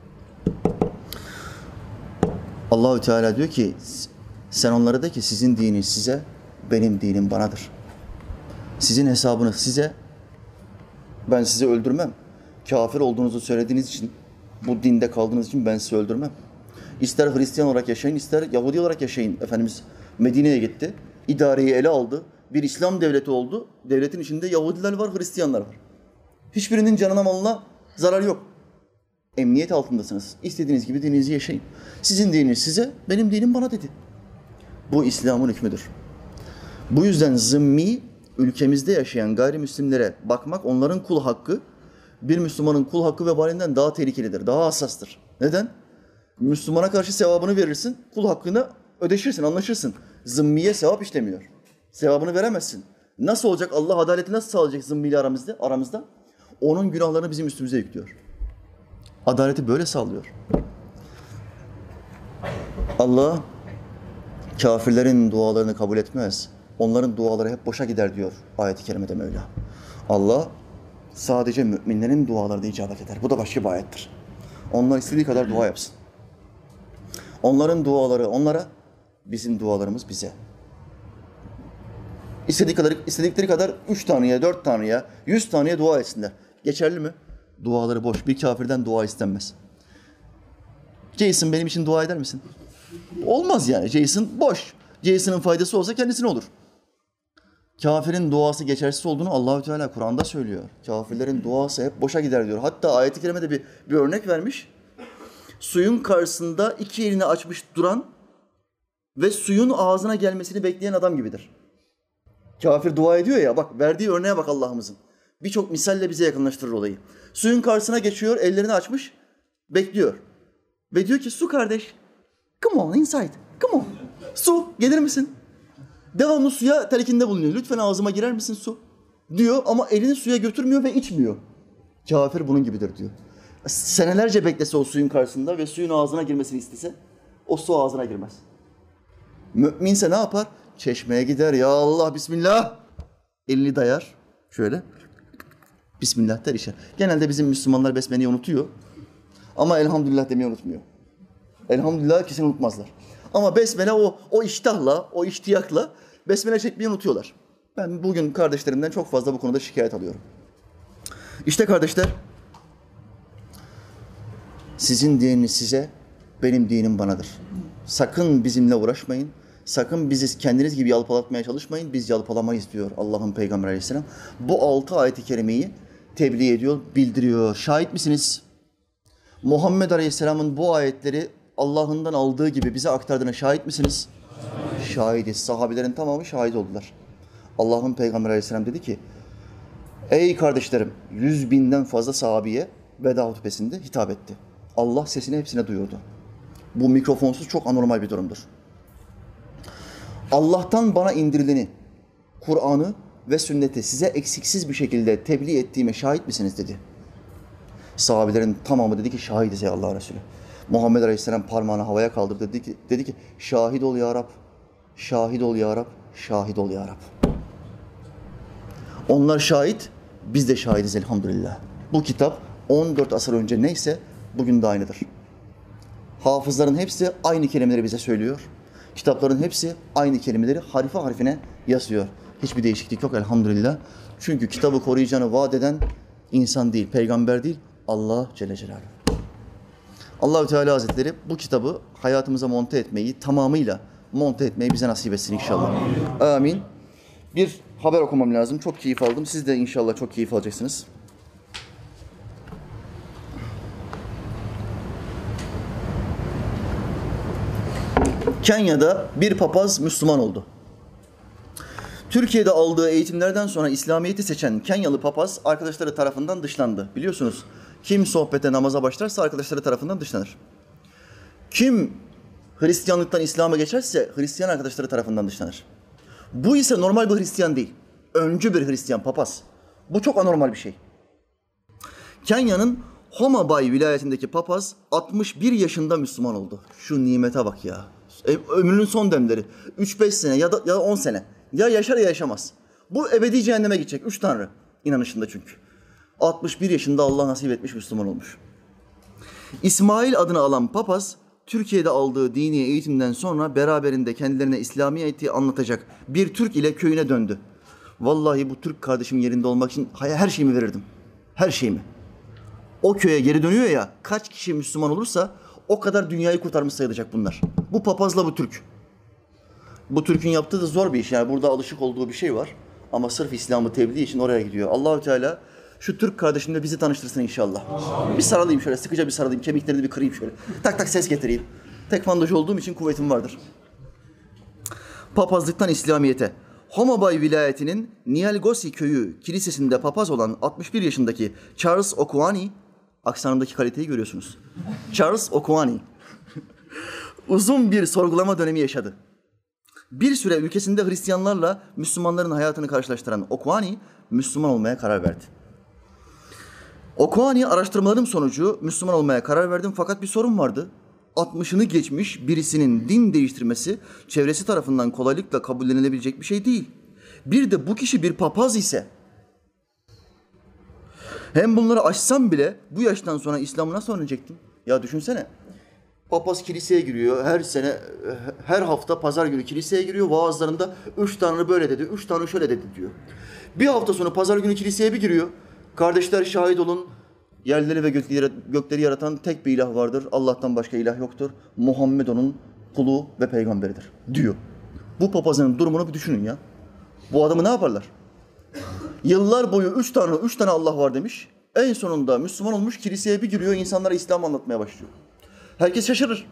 Allahü Teala diyor ki sen onlara de ki sizin dininiz size, benim dinim banadır. Sizin hesabınız size, ben sizi öldürmem. Kafir olduğunuzu söylediğiniz için, bu dinde kaldığınız için ben sizi öldürmem. İster Hristiyan olarak yaşayın, ister Yahudi olarak yaşayın. Efendimiz Medine'ye gitti, idareyi ele aldı. Bir İslam devleti oldu. Devletin içinde Yahudiler var, Hristiyanlar var. Hiçbirinin canına malına zarar yok. Emniyet altındasınız. İstediğiniz gibi dininizi yaşayın. Sizin dininiz size, benim dinim bana dedi. Bu İslam'ın hükmüdür. Bu yüzden zımmi, ülkemizde yaşayan gayrimüslimlere bakmak, onların kul hakkı, bir Müslümanın kul hakkı vebalinden daha tehlikelidir, daha hassastır. Neden? Müslümana karşı sevabını verirsin, kul hakkını ödeşirsin, anlaşırsın. Zımmiye sevap işlemiyor. Sevabını veremezsin. Nasıl olacak? Allah adaleti nasıl sağlayacak zımmiyle aramızda? Onun günahlarını bizim üstümüze yüklüyor. Adaleti böyle sağlıyor. Allah kafirlerin dualarını kabul etmez. Onların duaları hep boşa gider diyor ayet-i kerimede Mevla. Allah sadece müminlerin dualarına icabet eder. Bu da başka bir ayettir. Onlar istediği kadar dua yapsın. Onların duaları onlara, bizim dualarımız bize. İstedikleri kadar 3 tanrıya, 4 tanrıya, 100 tanrıya dua etsinler. Geçerli mi? Duaları boş. Bir kafirden dua istenmez. Jason benim için dua eder misin? Olmaz yani. Jason boş. Jason'ın faydası olsa kendisine olur. Kafirin duası geçersiz olduğunu Allahü Teala Kur'an'da söylüyor. Kafirlerin duası hep boşa gider diyor. Hatta ayet-i kerimede bir örnek vermiş. Suyun karşısında iki elini açmış duran ve suyun ağzına gelmesini bekleyen adam gibidir. Kafir dua ediyor ya, bak verdiği örneğe bak Allah'ımızın. Birçok misalle bize yakınlaştırır olayı. Suyun karşısına geçiyor, ellerini açmış, bekliyor. Ve diyor ki su kardeş, come on inside, come on. Su, gelir misin? Devamlı suya telkinde bulunuyor. Lütfen ağzıma girer misin su? Diyor ama elini suya götürmüyor ve içmiyor. Kafir bunun gibidir diyor. Senelerce beklese o suyun karşısında ve suyun ağzına girmesini istese, o su ağzına girmez. Müminse ne yapar? Çeşmeye gider. Ya Allah, Bismillah. Elini dayar. Şöyle. Bismillah der içer. Genelde bizim Müslümanlar besmeleyi unutuyor. Ama elhamdülillah demeyi unutmuyor. Elhamdülillah kesin unutmazlar. Ama besmele o iştahla, o iştiyakla besmele çekmeyi unutuyorlar. Ben bugün kardeşlerimden çok fazla bu konuda şikayet alıyorum. İşte kardeşler, sizin dininiz size, benim dinim banadır. Sakın bizimle uğraşmayın. Sakın bizi kendiniz gibi yalpalatmaya çalışmayın. Biz yalpalamayız diyor Allah'ın Peygamberi Aleyhisselam. Bu 6 ayet-i kerimeyi tebliğ ediyor, bildiriyor. Şahit misiniz? Muhammed Aleyhisselam'ın bu ayetleri Allah'ından aldığı gibi bize aktardığına şahit misiniz? Şahidiz. Sahabelerin tamamı şahit oldular. Allah'ın Peygamberi Aleyhisselam dedi ki, ey kardeşlerim, 100.000'den fazla sahabeye veda hutbesinde hitap etti. Allah sesini hepsine duyurdu. Bu mikrofonsuz çok anormal bir durumdur. Allah'tan bana indirileni, Kur'an'ı ve sünneti size eksiksiz bir şekilde tebliğ ettiğime şahit misiniz dedi. Sahabelerin tamamı dedi ki şahidiz ey Allah Resulü. Muhammed Aleyhisselam parmağını havaya kaldırdı. Dedi ki şahit ol ya Rab, şahit ol ya Rab, şahit ol ya Rab. Onlar şahit, biz de şahidiz elhamdülillah. Bu kitap 14 asır önce neyse bugün de aynıdır. Hafızların hepsi aynı kelimeleri bize söylüyor. Kitapların hepsi aynı kelimeleri harfi harfine yazıyor. Hiçbir değişiklik yok elhamdülillah. Çünkü kitabı koruyacağını vaat eden insan değil, peygamber değil, Allah Celle Celaluhu. Allah-u Teala Hazretleri bu kitabı hayatımıza monte etmeyi, tamamıyla monte etmeyi bize nasip etsin inşallah. Amin. Bir haber okumam lazım. Çok keyif aldım. Siz de inşallah çok keyif alacaksınız. Kenya'da bir papaz Müslüman oldu. Türkiye'de aldığı eğitimlerden sonra İslamiyet'i seçen Kenyalı papaz arkadaşları tarafından dışlandı. Biliyorsunuz, kim sohbete, namaza başlarsa arkadaşları tarafından dışlanır. Kim Hristiyanlıktan İslam'a geçerse Hristiyan arkadaşları tarafından dışlanır. Bu ise normal bir Hristiyan değil. Öncü bir Hristiyan, papaz. Bu çok anormal bir şey. Kenya'nın Homa Bay vilayetindeki papaz 61 yaşında Müslüman oldu. Şu nimete bak ya. Ömrünün son demleri. 3-5 sene ya da 10 sene. Ya yaşar ya yaşamaz. Bu ebedi cehenneme gidecek. 3 tanrı inanışında çünkü. 61 yaşında Allah nasip etmiş, Müslüman olmuş. İsmail adını alan papaz, Türkiye'de aldığı dini eğitimden sonra beraberinde kendilerine İslamiyet'i anlatacak bir Türk ile köyüne döndü. Vallahi bu Türk kardeşim yerinde olmak için her şeyimi verirdim. Her şeyimi. O köye geri dönüyor ya, kaç kişi Müslüman olursa o kadar dünyayı kurtarmış sayılacak bunlar. Bu papazla bu Türk. Bu Türk'ün yaptığı da zor bir iş. Yani burada alışık olduğu bir şey var. Ama sırf İslam'ı tebliğ için oraya gidiyor. Allahü Teala şu Türk kardeşimle bizi tanıştırsın inşallah. Bir sarılayım şöyle, sıkıca bir sarılayım, kemiklerini bir kırayım şöyle. Tak tak ses getireyim. Tekvandocu olduğum için kuvvetim vardır. Papazlıktan İslamiyet'e. Homabay vilayetinin Nielgosi köyü kilisesinde papaz olan 61 yaşındaki Charles Okuani, aksanındaki kaliteyi görüyorsunuz. Charles Okuani uzun bir sorgulama dönemi yaşadı. Bir süre ülkesinde Hristiyanlarla Müslümanların hayatını karşılaştıran Okuani, Müslüman olmaya karar verdi. Okuani, araştırmalarım sonucu Müslüman olmaya karar verdim fakat bir sorun vardı. 60'ını geçmiş birisinin din değiştirmesi çevresi tarafından kolaylıkla kabullenilebilecek bir şey değil. Bir de bu kişi bir papaz ise, hem bunları aşsam bile bu yaştan sonra İslam'ı nasıl öğrenecektim? Ya düşünsene, papaz kiliseye giriyor her sene, her hafta pazar günü kiliseye giriyor, vaazlarında 3 tanrı böyle dedi, 3 tanrı şöyle dedi diyor. Bir hafta sonra pazar günü kiliseye bir giriyor, kardeşler şahit olun, yerleri ve gökleri yaratan tek bir ilah vardır. Allah'tan başka ilah yoktur. Muhammed onun kulu ve peygamberidir diyor. Bu papazın durumunu bir düşünün ya. Bu adamı ne yaparlar? Yıllar boyu 3 tane Allah var demiş. En sonunda Müslüman olmuş, kiliseye bir giriyor, insanlara İslam anlatmaya başlıyor. Herkes şaşırır.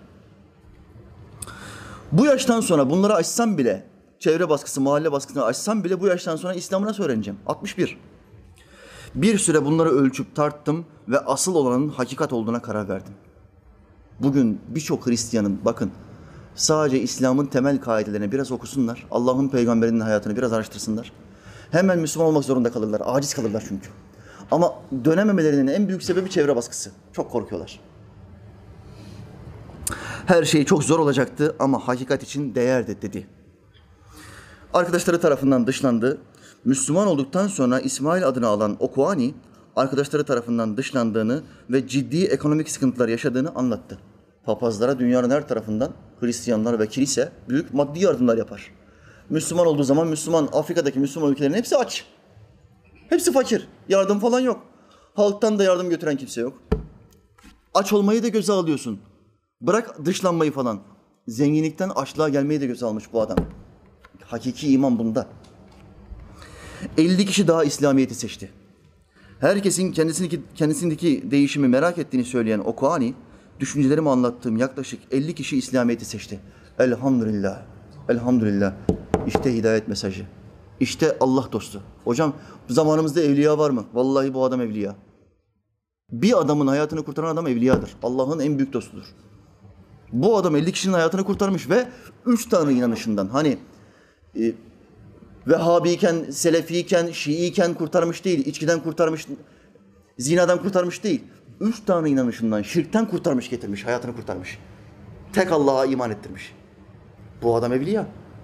Bu yaştan sonra bunları aşsam bile, çevre baskısı, mahalle baskısını aşsam bile bu yaştan sonra İslam'ı nasıl öğreneceğim? 61. Bir süre bunları ölçüp tarttım ve asıl olanın hakikat olduğuna karar verdim. Bugün birçok Hristiyanın, bakın, sadece İslam'ın temel kaidelerini biraz okusunlar, Allah'ın peygamberinin hayatını biraz araştırsınlar. Hemen Müslüman olmak zorunda kalırlar, aciz kalırlar çünkü. Ama dönememelerinin en büyük sebebi çevre baskısı. Çok korkuyorlar. Her şey çok zor olacaktı ama hakikat için değerdi dedi. Arkadaşları tarafından dışlandı. Müslüman olduktan sonra İsmail adını alan Okuani, arkadaşları tarafından dışlandığını ve ciddi ekonomik sıkıntılar yaşadığını anlattı. Papazlara dünyanın her tarafından Hristiyanlar ve kilise büyük maddi yardımlar yapar. Müslüman olduğu zaman Afrika'daki Müslüman ülkelerin hepsi aç. Hepsi fakir. Yardım falan yok. Halktan da yardım götüren kimse yok. Aç olmayı da göze alıyorsun. Bırak dışlanmayı falan. Zenginlikten açlığa gelmeyi de göze almış bu adam. Hakiki iman bunda. 50 kişi daha İslamiyet'i seçti. Herkesin kendisindeki değişimi merak ettiğini söyleyen Okuani, düşüncelerimi anlattığım yaklaşık 50 kişi İslamiyet'i seçti. Elhamdülillah, elhamdülillah. İşte hidayet mesajı. İşte Allah dostu. Hocam zamanımızda evliya var mı? Vallahi bu adam evliya. Bir adamın hayatını kurtaran adam evliyadır. Allah'ın en büyük dostudur. Bu adam 50 kişinin hayatını kurtarmış ve 3 tanrı inanışından, hani Vehhabiyken, Selefiyken, Şiiyken kurtarmış değil, içkiden kurtarmış, zinadan kurtarmış değil. 3 tanrı inanışından, şirkten kurtarmış, getirmiş, hayatını kurtarmış. Tek Allah'a iman ettirmiş. Bu adam evliya.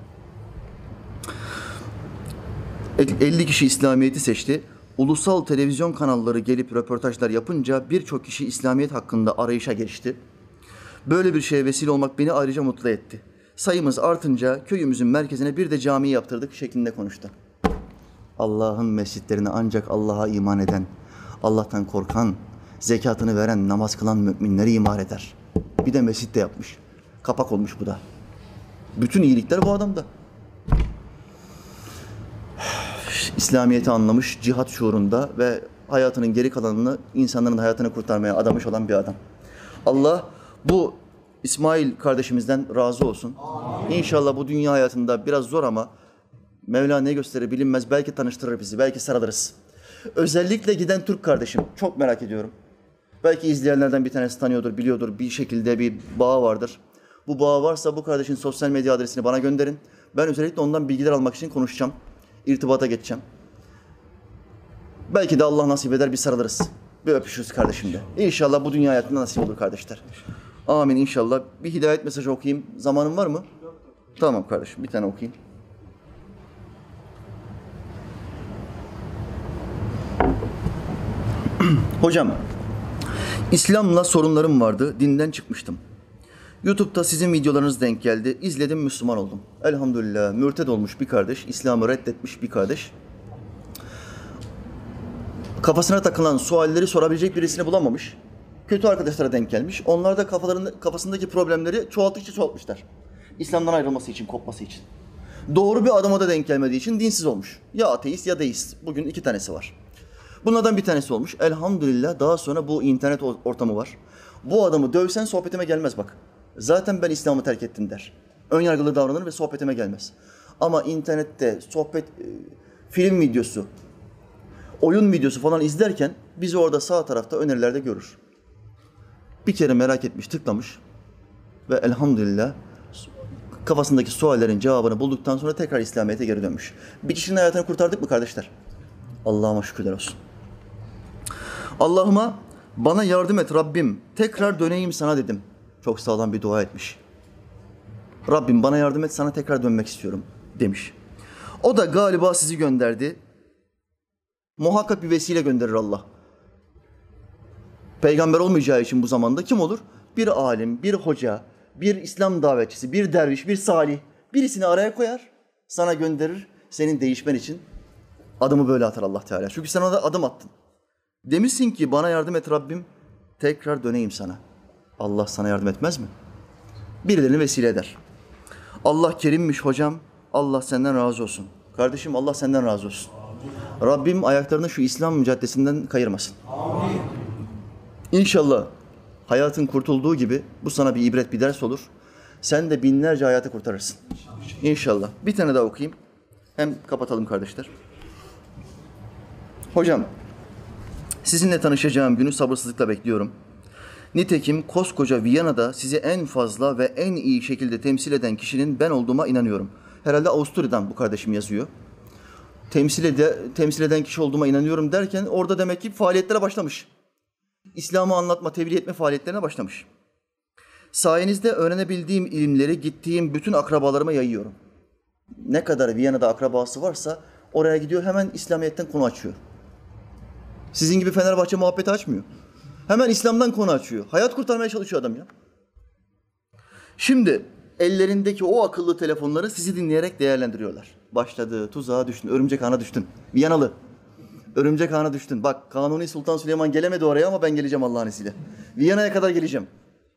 50 kişi İslamiyet'i seçti. Ulusal televizyon kanalları gelip röportajlar yapınca birçok kişi İslamiyet hakkında arayışa geçti. Böyle bir şeye vesile olmak beni ayrıca mutlu etti. Sayımız artınca köyümüzün merkezine bir de cami yaptırdık şeklinde konuştu. Allah'ın mescitlerine ancak Allah'a iman eden, Allah'tan korkan, zekatını veren, namaz kılan müminleri imar eder. Bir de mescit de yapmış. Kapak olmuş bu da. Bütün iyilikler bu adamda. İslamiyet'i anlamış, cihat şuurunda ve hayatının geri kalanını insanların hayatını kurtarmaya adamış olan bir adam. Allah bu İsmail kardeşimizden razı olsun. Amin. İnşallah bu dünya hayatında biraz zor ama Mevla ne gösterir bilinmez. Belki tanıştırır bizi, belki sarılırız. Özellikle giden Türk kardeşim, çok merak ediyorum. Belki izleyenlerden bir tanesi tanıyordur, biliyordur. Bir şekilde bir bağı vardır. Bu bağı varsa bu kardeşin sosyal medya adresini bana gönderin. Ben özellikle ondan bilgiler almak için konuşacağım. İrtibata geçeceğim. Belki de Allah nasip eder bir sarılırız. Bir öpüşürüz kardeşimle. İnşallah bu dünya hayatında nasip olur kardeşler. Amin inşallah. Bir hidayet mesajı okuyayım. Zamanın var mı? Tamam kardeşim, bir tane okuyayım. Hocam, İslam'la sorunlarım vardı. Dinden çıkmıştım. YouTube'da sizin videolarınız denk geldi. İzledim, Müslüman oldum. Elhamdülillah. Mürted olmuş bir kardeş, İslam'ı reddetmiş bir kardeş. Kafasına takılan sualleri sorabilecek birisini bulamamış. Kötü arkadaşlara denk gelmiş. Onlar da kafasındaki problemleri çoğalttıkça çoğaltmışlar. İslam'dan ayrılması için, kopması için. Doğru bir adama da denk gelmediği için dinsiz olmuş. Ya ateist ya deist. Bugün iki tanesi var. Bunlardan bir tanesi olmuş. Elhamdülillah daha sonra bu internet ortamı var. Bu adamı dövsen sohbetime gelmez bak. Zaten ben İslam'ı terk ettim der. Önyargılı davranır ve sohbetime gelmez. Ama internette sohbet, film videosu, oyun videosu falan izlerken bizi orada sağ tarafta önerilerde görür. Bir kere merak etmiş, tıklamış ve elhamdülillah kafasındaki suallerin cevabını bulduktan sonra tekrar İslamiyet'e geri dönmüş. Bir kişinin hayatını kurtardık mı kardeşler? Allah'ıma şükürler olsun. Allah'ıma bana yardım et Rabbim, tekrar döneyim sana dedim. Çok sağlam bir dua etmiş. Rabbim bana yardım et, sana tekrar dönmek istiyorum demiş. O da galiba sizi gönderdi. Muhakkak bir vesile gönderir Allah. Peygamber olmayacağı için bu zamanda kim olur? Bir alim, bir hoca, bir İslam davetçisi, bir derviş, bir salih. Birisini araya koyar, sana gönderir, senin değişmen için adımı böyle atar Allah Teala. Çünkü sen ona adım attın. Demişsin ki bana yardım et Rabbim, tekrar döneyim sana. Allah sana yardım etmez mi? Birilerini vesile eder. Allah kerimmiş hocam, Allah senden razı olsun. Kardeşim Allah senden razı olsun. Rabbim ayaklarını şu İslam caddesinden kayırmasın. Amin. İnşallah hayatın kurtulduğu gibi bu sana bir ibret, bir ders olur. Sen de binlerce hayatı kurtarırsın. İnşallah. Bir tane daha okuyayım. Hem kapatalım kardeşler. Hocam, sizinle tanışacağım günü sabırsızlıkla bekliyorum. Nitekim koskoca Viyana'da sizi en fazla ve en iyi şekilde temsil kişinin ben olduğuma inanıyorum. Herhalde Avusturya'dan bu kardeşim yazıyor. Temsil eden kişi olduğuma inanıyorum derken orada demek ki faaliyetlere başlamış. İslam'ı anlatma, tebliğ etme faaliyetlerine başlamış. Sayenizde öğrenebildiğim ilimleri gittiğim bütün akrabalarıma yayıyorum. Ne kadar Viyana'da akrabası varsa oraya gidiyor, hemen İslamiyet'ten konu açıyor. Sizin gibi Fenerbahçe muhabbeti açmıyor. Hemen İslam'dan konu açıyor. Hayat kurtarmaya çalışıyor adam ya. Şimdi ellerindeki o akıllı telefonları sizi dinleyerek değerlendiriyorlar. Başladı, tuzağa düştün, örümcek ağına düştün. Viyanalı, örümcek ağına düştün. Bak Kanuni Sultan Süleyman gelemedi oraya ama ben geleceğim Allah'ın izniyle. Viyana'ya kadar geleceğim.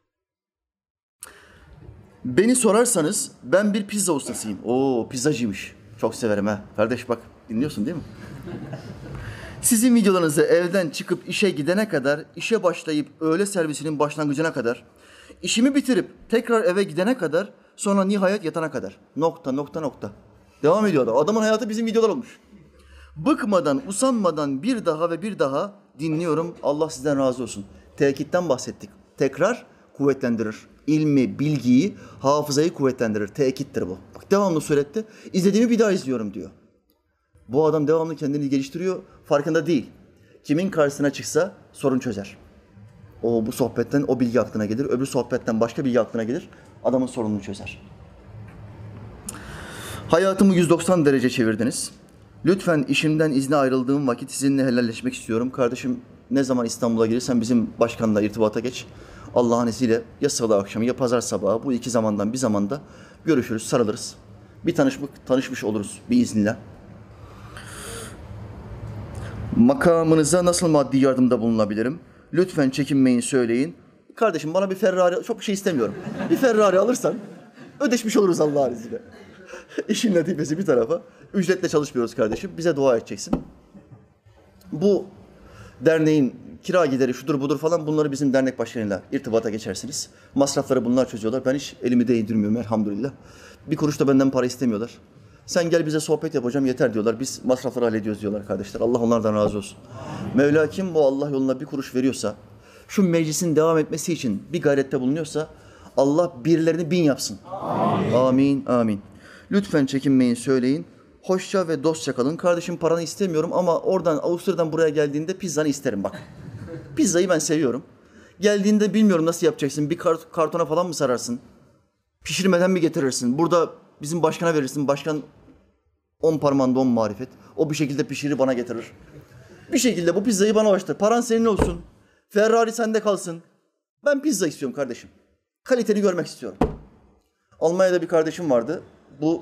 Beni sorarsanız ben bir pizza ustasıyım. Oo, pizzacıymış. Çok severim ha. Kardeş bak, dinliyorsun değil mi? Sizin videolarınızı evden çıkıp işe gidene kadar, işe başlayıp öğle servisinin başlangıcına kadar, işimi bitirip tekrar eve gidene kadar, sonra nihayet yatana kadar. Nokta. Devam ediyor adam. Adamın hayatı bizim videolar olmuş. Bıkmadan, usanmadan bir daha ve bir daha dinliyorum. Allah sizden razı olsun. Tekitten bahsettik. Tekrar kuvvetlendirir. İlmi, bilgiyi, hafızayı kuvvetlendirir. Tekittir bu. Bak devamlı surette izlediğimi bir daha izliyorum diyor. Bu adam devamlı kendini geliştiriyor. Farkında değil. Kimin karşısına çıksa sorun çözer. Bu sohbetten o bilgi aklına gelir. Öbür sohbetten başka bilgi aklına gelir. Adamın sorununu çözer. Hayatımı 190 derece çevirdiniz. Lütfen işimden izne ayrıldığım vakit sizinle helalleşmek istiyorum. Kardeşim ne zaman İstanbul'a gelirsen bizim başkanla irtibata geç. Allah'ın izniyle ya salı akşamı ya pazar sabahı bu iki zamandan bir zamanda görüşürüz, sarılırız. Bir tanışmış oluruz biiznillah. Makamınıza nasıl maddi yardımda bulunabilirim? Lütfen çekinmeyin, söyleyin. Kardeşim bana bir Ferrari, çok bir şey istemiyorum. Bir Ferrari alırsan ödeşmiş oluruz Allah'ın izniyle. İşin latifesi bir tarafa. Ücretle çalışmıyoruz kardeşim. Bize dua edeceksin. Bu derneğin kira gideri şudur budur falan bunları bizim dernek başkanıyla irtibata geçersiniz. Masrafları bunlar çözüyorlar. Ben hiç elimi değdirmiyorum elhamdülillah. Bir kuruş da benden para istemiyorlar. Sen gel bize sohbet yap hocam yeter diyorlar. Biz masrafları hallediyoruz diyorlar kardeşler. Allah onlardan razı olsun. Mevla kim bu Allah yoluna bir kuruş veriyorsa, şu meclisin devam etmesi için bir gayrette bulunuyorsa Allah birilerini 1000 yapsın. Amin. Lütfen çekinmeyin, söyleyin. Hoşça ve dostça kalın. Kardeşim paranı istemiyorum ama oradan Avusturya'dan buraya geldiğinde pizzanı isterim bak. Pizzayı ben seviyorum. Geldiğinde bilmiyorum nasıl yapacaksın. Bir kartona falan mı sararsın? Pişirmeden mi getirirsin? Burada bizim başkana verirsin. Başkan 10 parmağında 10 marifet. O bir şekilde pişirir bana getirir. Bir şekilde bu pizzayı bana ulaştır. Paran senin olsun. Ferrari sende kalsın. Ben pizza istiyorum kardeşim. Kaliteni görmek istiyorum. Almanya'da bir kardeşim vardı. Bu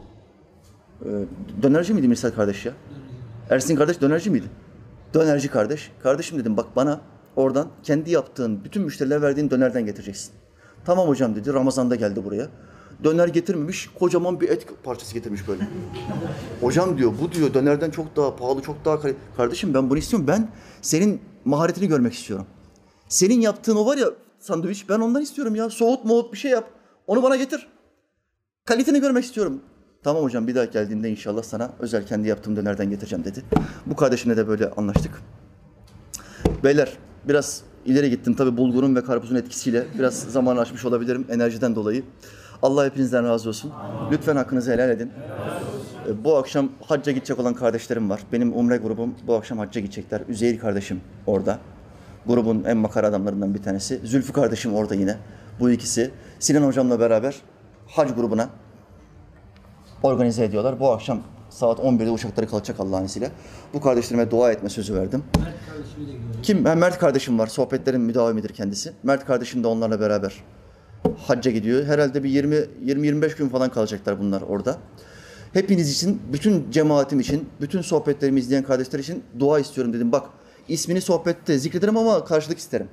dönerci miydi Mirsel kardeş ya? Ersin kardeş dönerci miydi? Dönerci kardeş. Kardeşim dedim bak bana oradan kendi yaptığın, bütün müşterilere verdiğin dönerden getireceksin. Tamam hocam dedi. Ramazan'da geldi buraya. Döner getirmemiş, kocaman bir et parçası getirmiş böyle. Hocam diyor, bu diyor dönerden çok daha pahalı, çok daha kaliteli. Kardeşim ben bunu istiyorum. Ben senin maharetini görmek istiyorum. Senin yaptığın o var ya sandviç, ben ondan istiyorum ya. Soğut bir şey yap. Onu bana getir. Kaliteni görmek istiyorum. Tamam hocam bir daha geldiğimde inşallah sana özel kendi yaptığım dönerden getireceğim dedi. Bu kardeşimle de böyle anlaştık. Beyler biraz ileri gittim. Tabii bulgurun ve karpuzun etkisiyle biraz zaman aşmış olabilirim enerjiden dolayı. Allah hepinizden razı olsun. Lütfen hakkınızı helal edin. Bu akşam hacca gidecek olan kardeşlerim var. Benim umre grubum bu akşam hacca gidecekler. Üzeyir kardeşim orada. Grubun en makara adamlarından bir tanesi. Zülfü kardeşim orada yine. Bu ikisi Sinan hocamla beraber hac grubuna organize ediyorlar. Bu akşam saat 11'de uçakları kalkacak Allah'ın izniyle. Bu kardeşlerime dua etme sözü verdim. Mert kardeşimi de gördüm. Kim? Mert kardeşim var. Sohbetlerin müdavimidir kendisi. Mert kardeşim de onlarla beraber hacca gidiyor. Herhalde bir 20-25 gün falan kalacaklar bunlar orada. Hepiniz için, bütün cemaatim için, bütün sohbetlerimi izleyen kardeşler için dua istiyorum dedim. Bak ismini sohbette zikrederim ama karşılık isterim.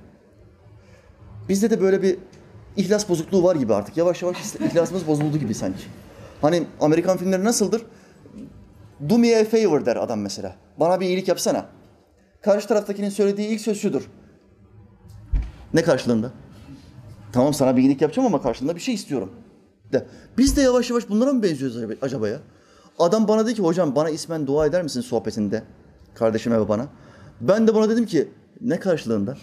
Bizde de böyle bir ihlas bozukluğu var gibi artık. Yavaş yavaş ihlasımız bozuldu gibi sanki. Hani Amerikan filmleri nasıldır? Do me a favor der adam mesela. Bana bir iyilik yapsana. Karşı taraftakinin söylediği ilk söz şudur. Ne karşılığında? Tamam sana bir iyilik yapacağım ama karşılığında bir şey istiyorum. De. Biz de yavaş yavaş bunlara mı benziyoruz acaba ya? Adam bana dedi ki hocam bana ismen dua eder misin sohbetinde? Kardeşime ve bana. Ben de buna dedim ki ne karşılığında?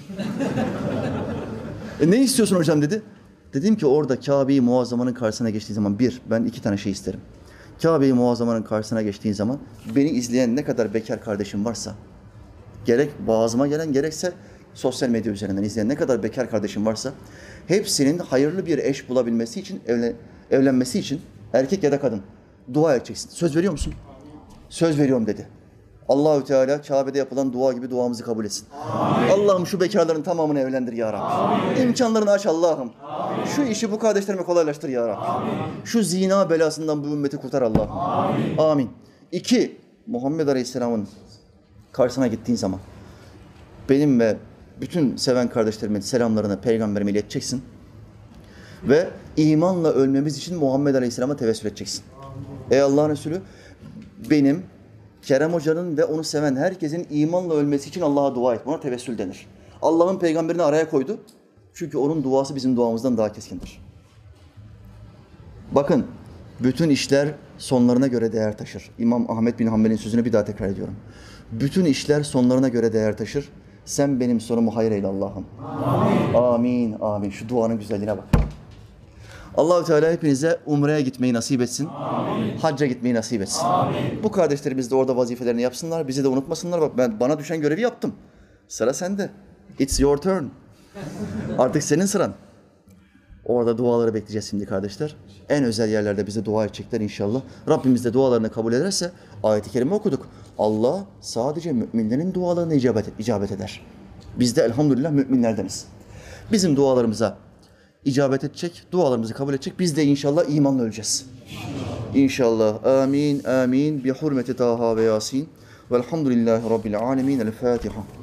Ne istiyorsun hocam dedi. Dedim ki orada Kabe-i Muazzama'nın karşısına geçtiği zaman ben 2 tane şey isterim. Kabe-i Muazzama'nın karşısına geçtiğin zaman beni izleyen ne kadar bekar kardeşim varsa gerek boğazıma gelen gerekse sosyal medya üzerinden izleyen ne kadar bekar kardeşim varsa hepsinin hayırlı bir eş bulabilmesi için evlenmesi için erkek ya da kadın dua edeceksin. Söz veriyor musun? Söz veriyorum dedi. Allahü Teala Kabe'de yapılan dua gibi duamızı kabul etsin. Allah'ım şu bekarların tamamını evlendir ya Rabbi. Amin. İmkanlarını aç Allah'ım. Şu işi bu kardeşlerime kolaylaştır ya Rabbi. Amin. Şu zina belasından bu ümmeti kurtar Allah'ım. Amin. Amin. 2. Muhammed Aleyhisselam'ın karşısına gittiğin zaman benim ve bütün seven kardeşlerimin selamlarını peygamberime ileteceksin. Ve imanla ölmemiz için Muhammed Aleyhisselam'a tevessül edeceksin. Ey Allah'ın Resulü benim, Kerem Hoca'nın ve onu seven herkesin imanla ölmesi için Allah'a dua et. Buna tevessül denir. Allah'ın peygamberini araya koydu. Çünkü onun duası bizim duamızdan daha keskindir. Bakın, bütün işler sonlarına göre değer taşır. İmam Ahmed bin Hanbel'in sözünü bir daha tekrar ediyorum. Bütün işler sonlarına göre değer taşır. Sen benim sorumu hayır eyle Allah'ım. Amin. Amin, amin. Şu duanın güzelliğine bak. Allah-u Teala hepinize umreye gitmeyi nasip etsin. Amin. Hacca gitmeyi nasip etsin. Amin. Bu kardeşlerimiz de orada vazifelerini yapsınlar. Bizi de unutmasınlar. Bak bana düşen görevi yaptım. Sıra sende. It's your turn. Artık senin sıran. Orada duaları bekleyeceğiz şimdi kardeşler. En özel yerlerde bize dua edecekler inşallah. Rabbimiz de dualarını kabul ederse ayet-i kerime okuduk. Allah sadece müminlerin dualarına icabet eder. Biz de elhamdülillah müminlerdeniz. Bizim dualarımıza icabet edecek, dualarımızı kabul edecek. Biz de inşallah imanla öleceğiz. İnşallah. Amin, amin. Bi hurmeti Taha ve Yasin. Velhamdülillahi Rabbil alemin. El Fatiha.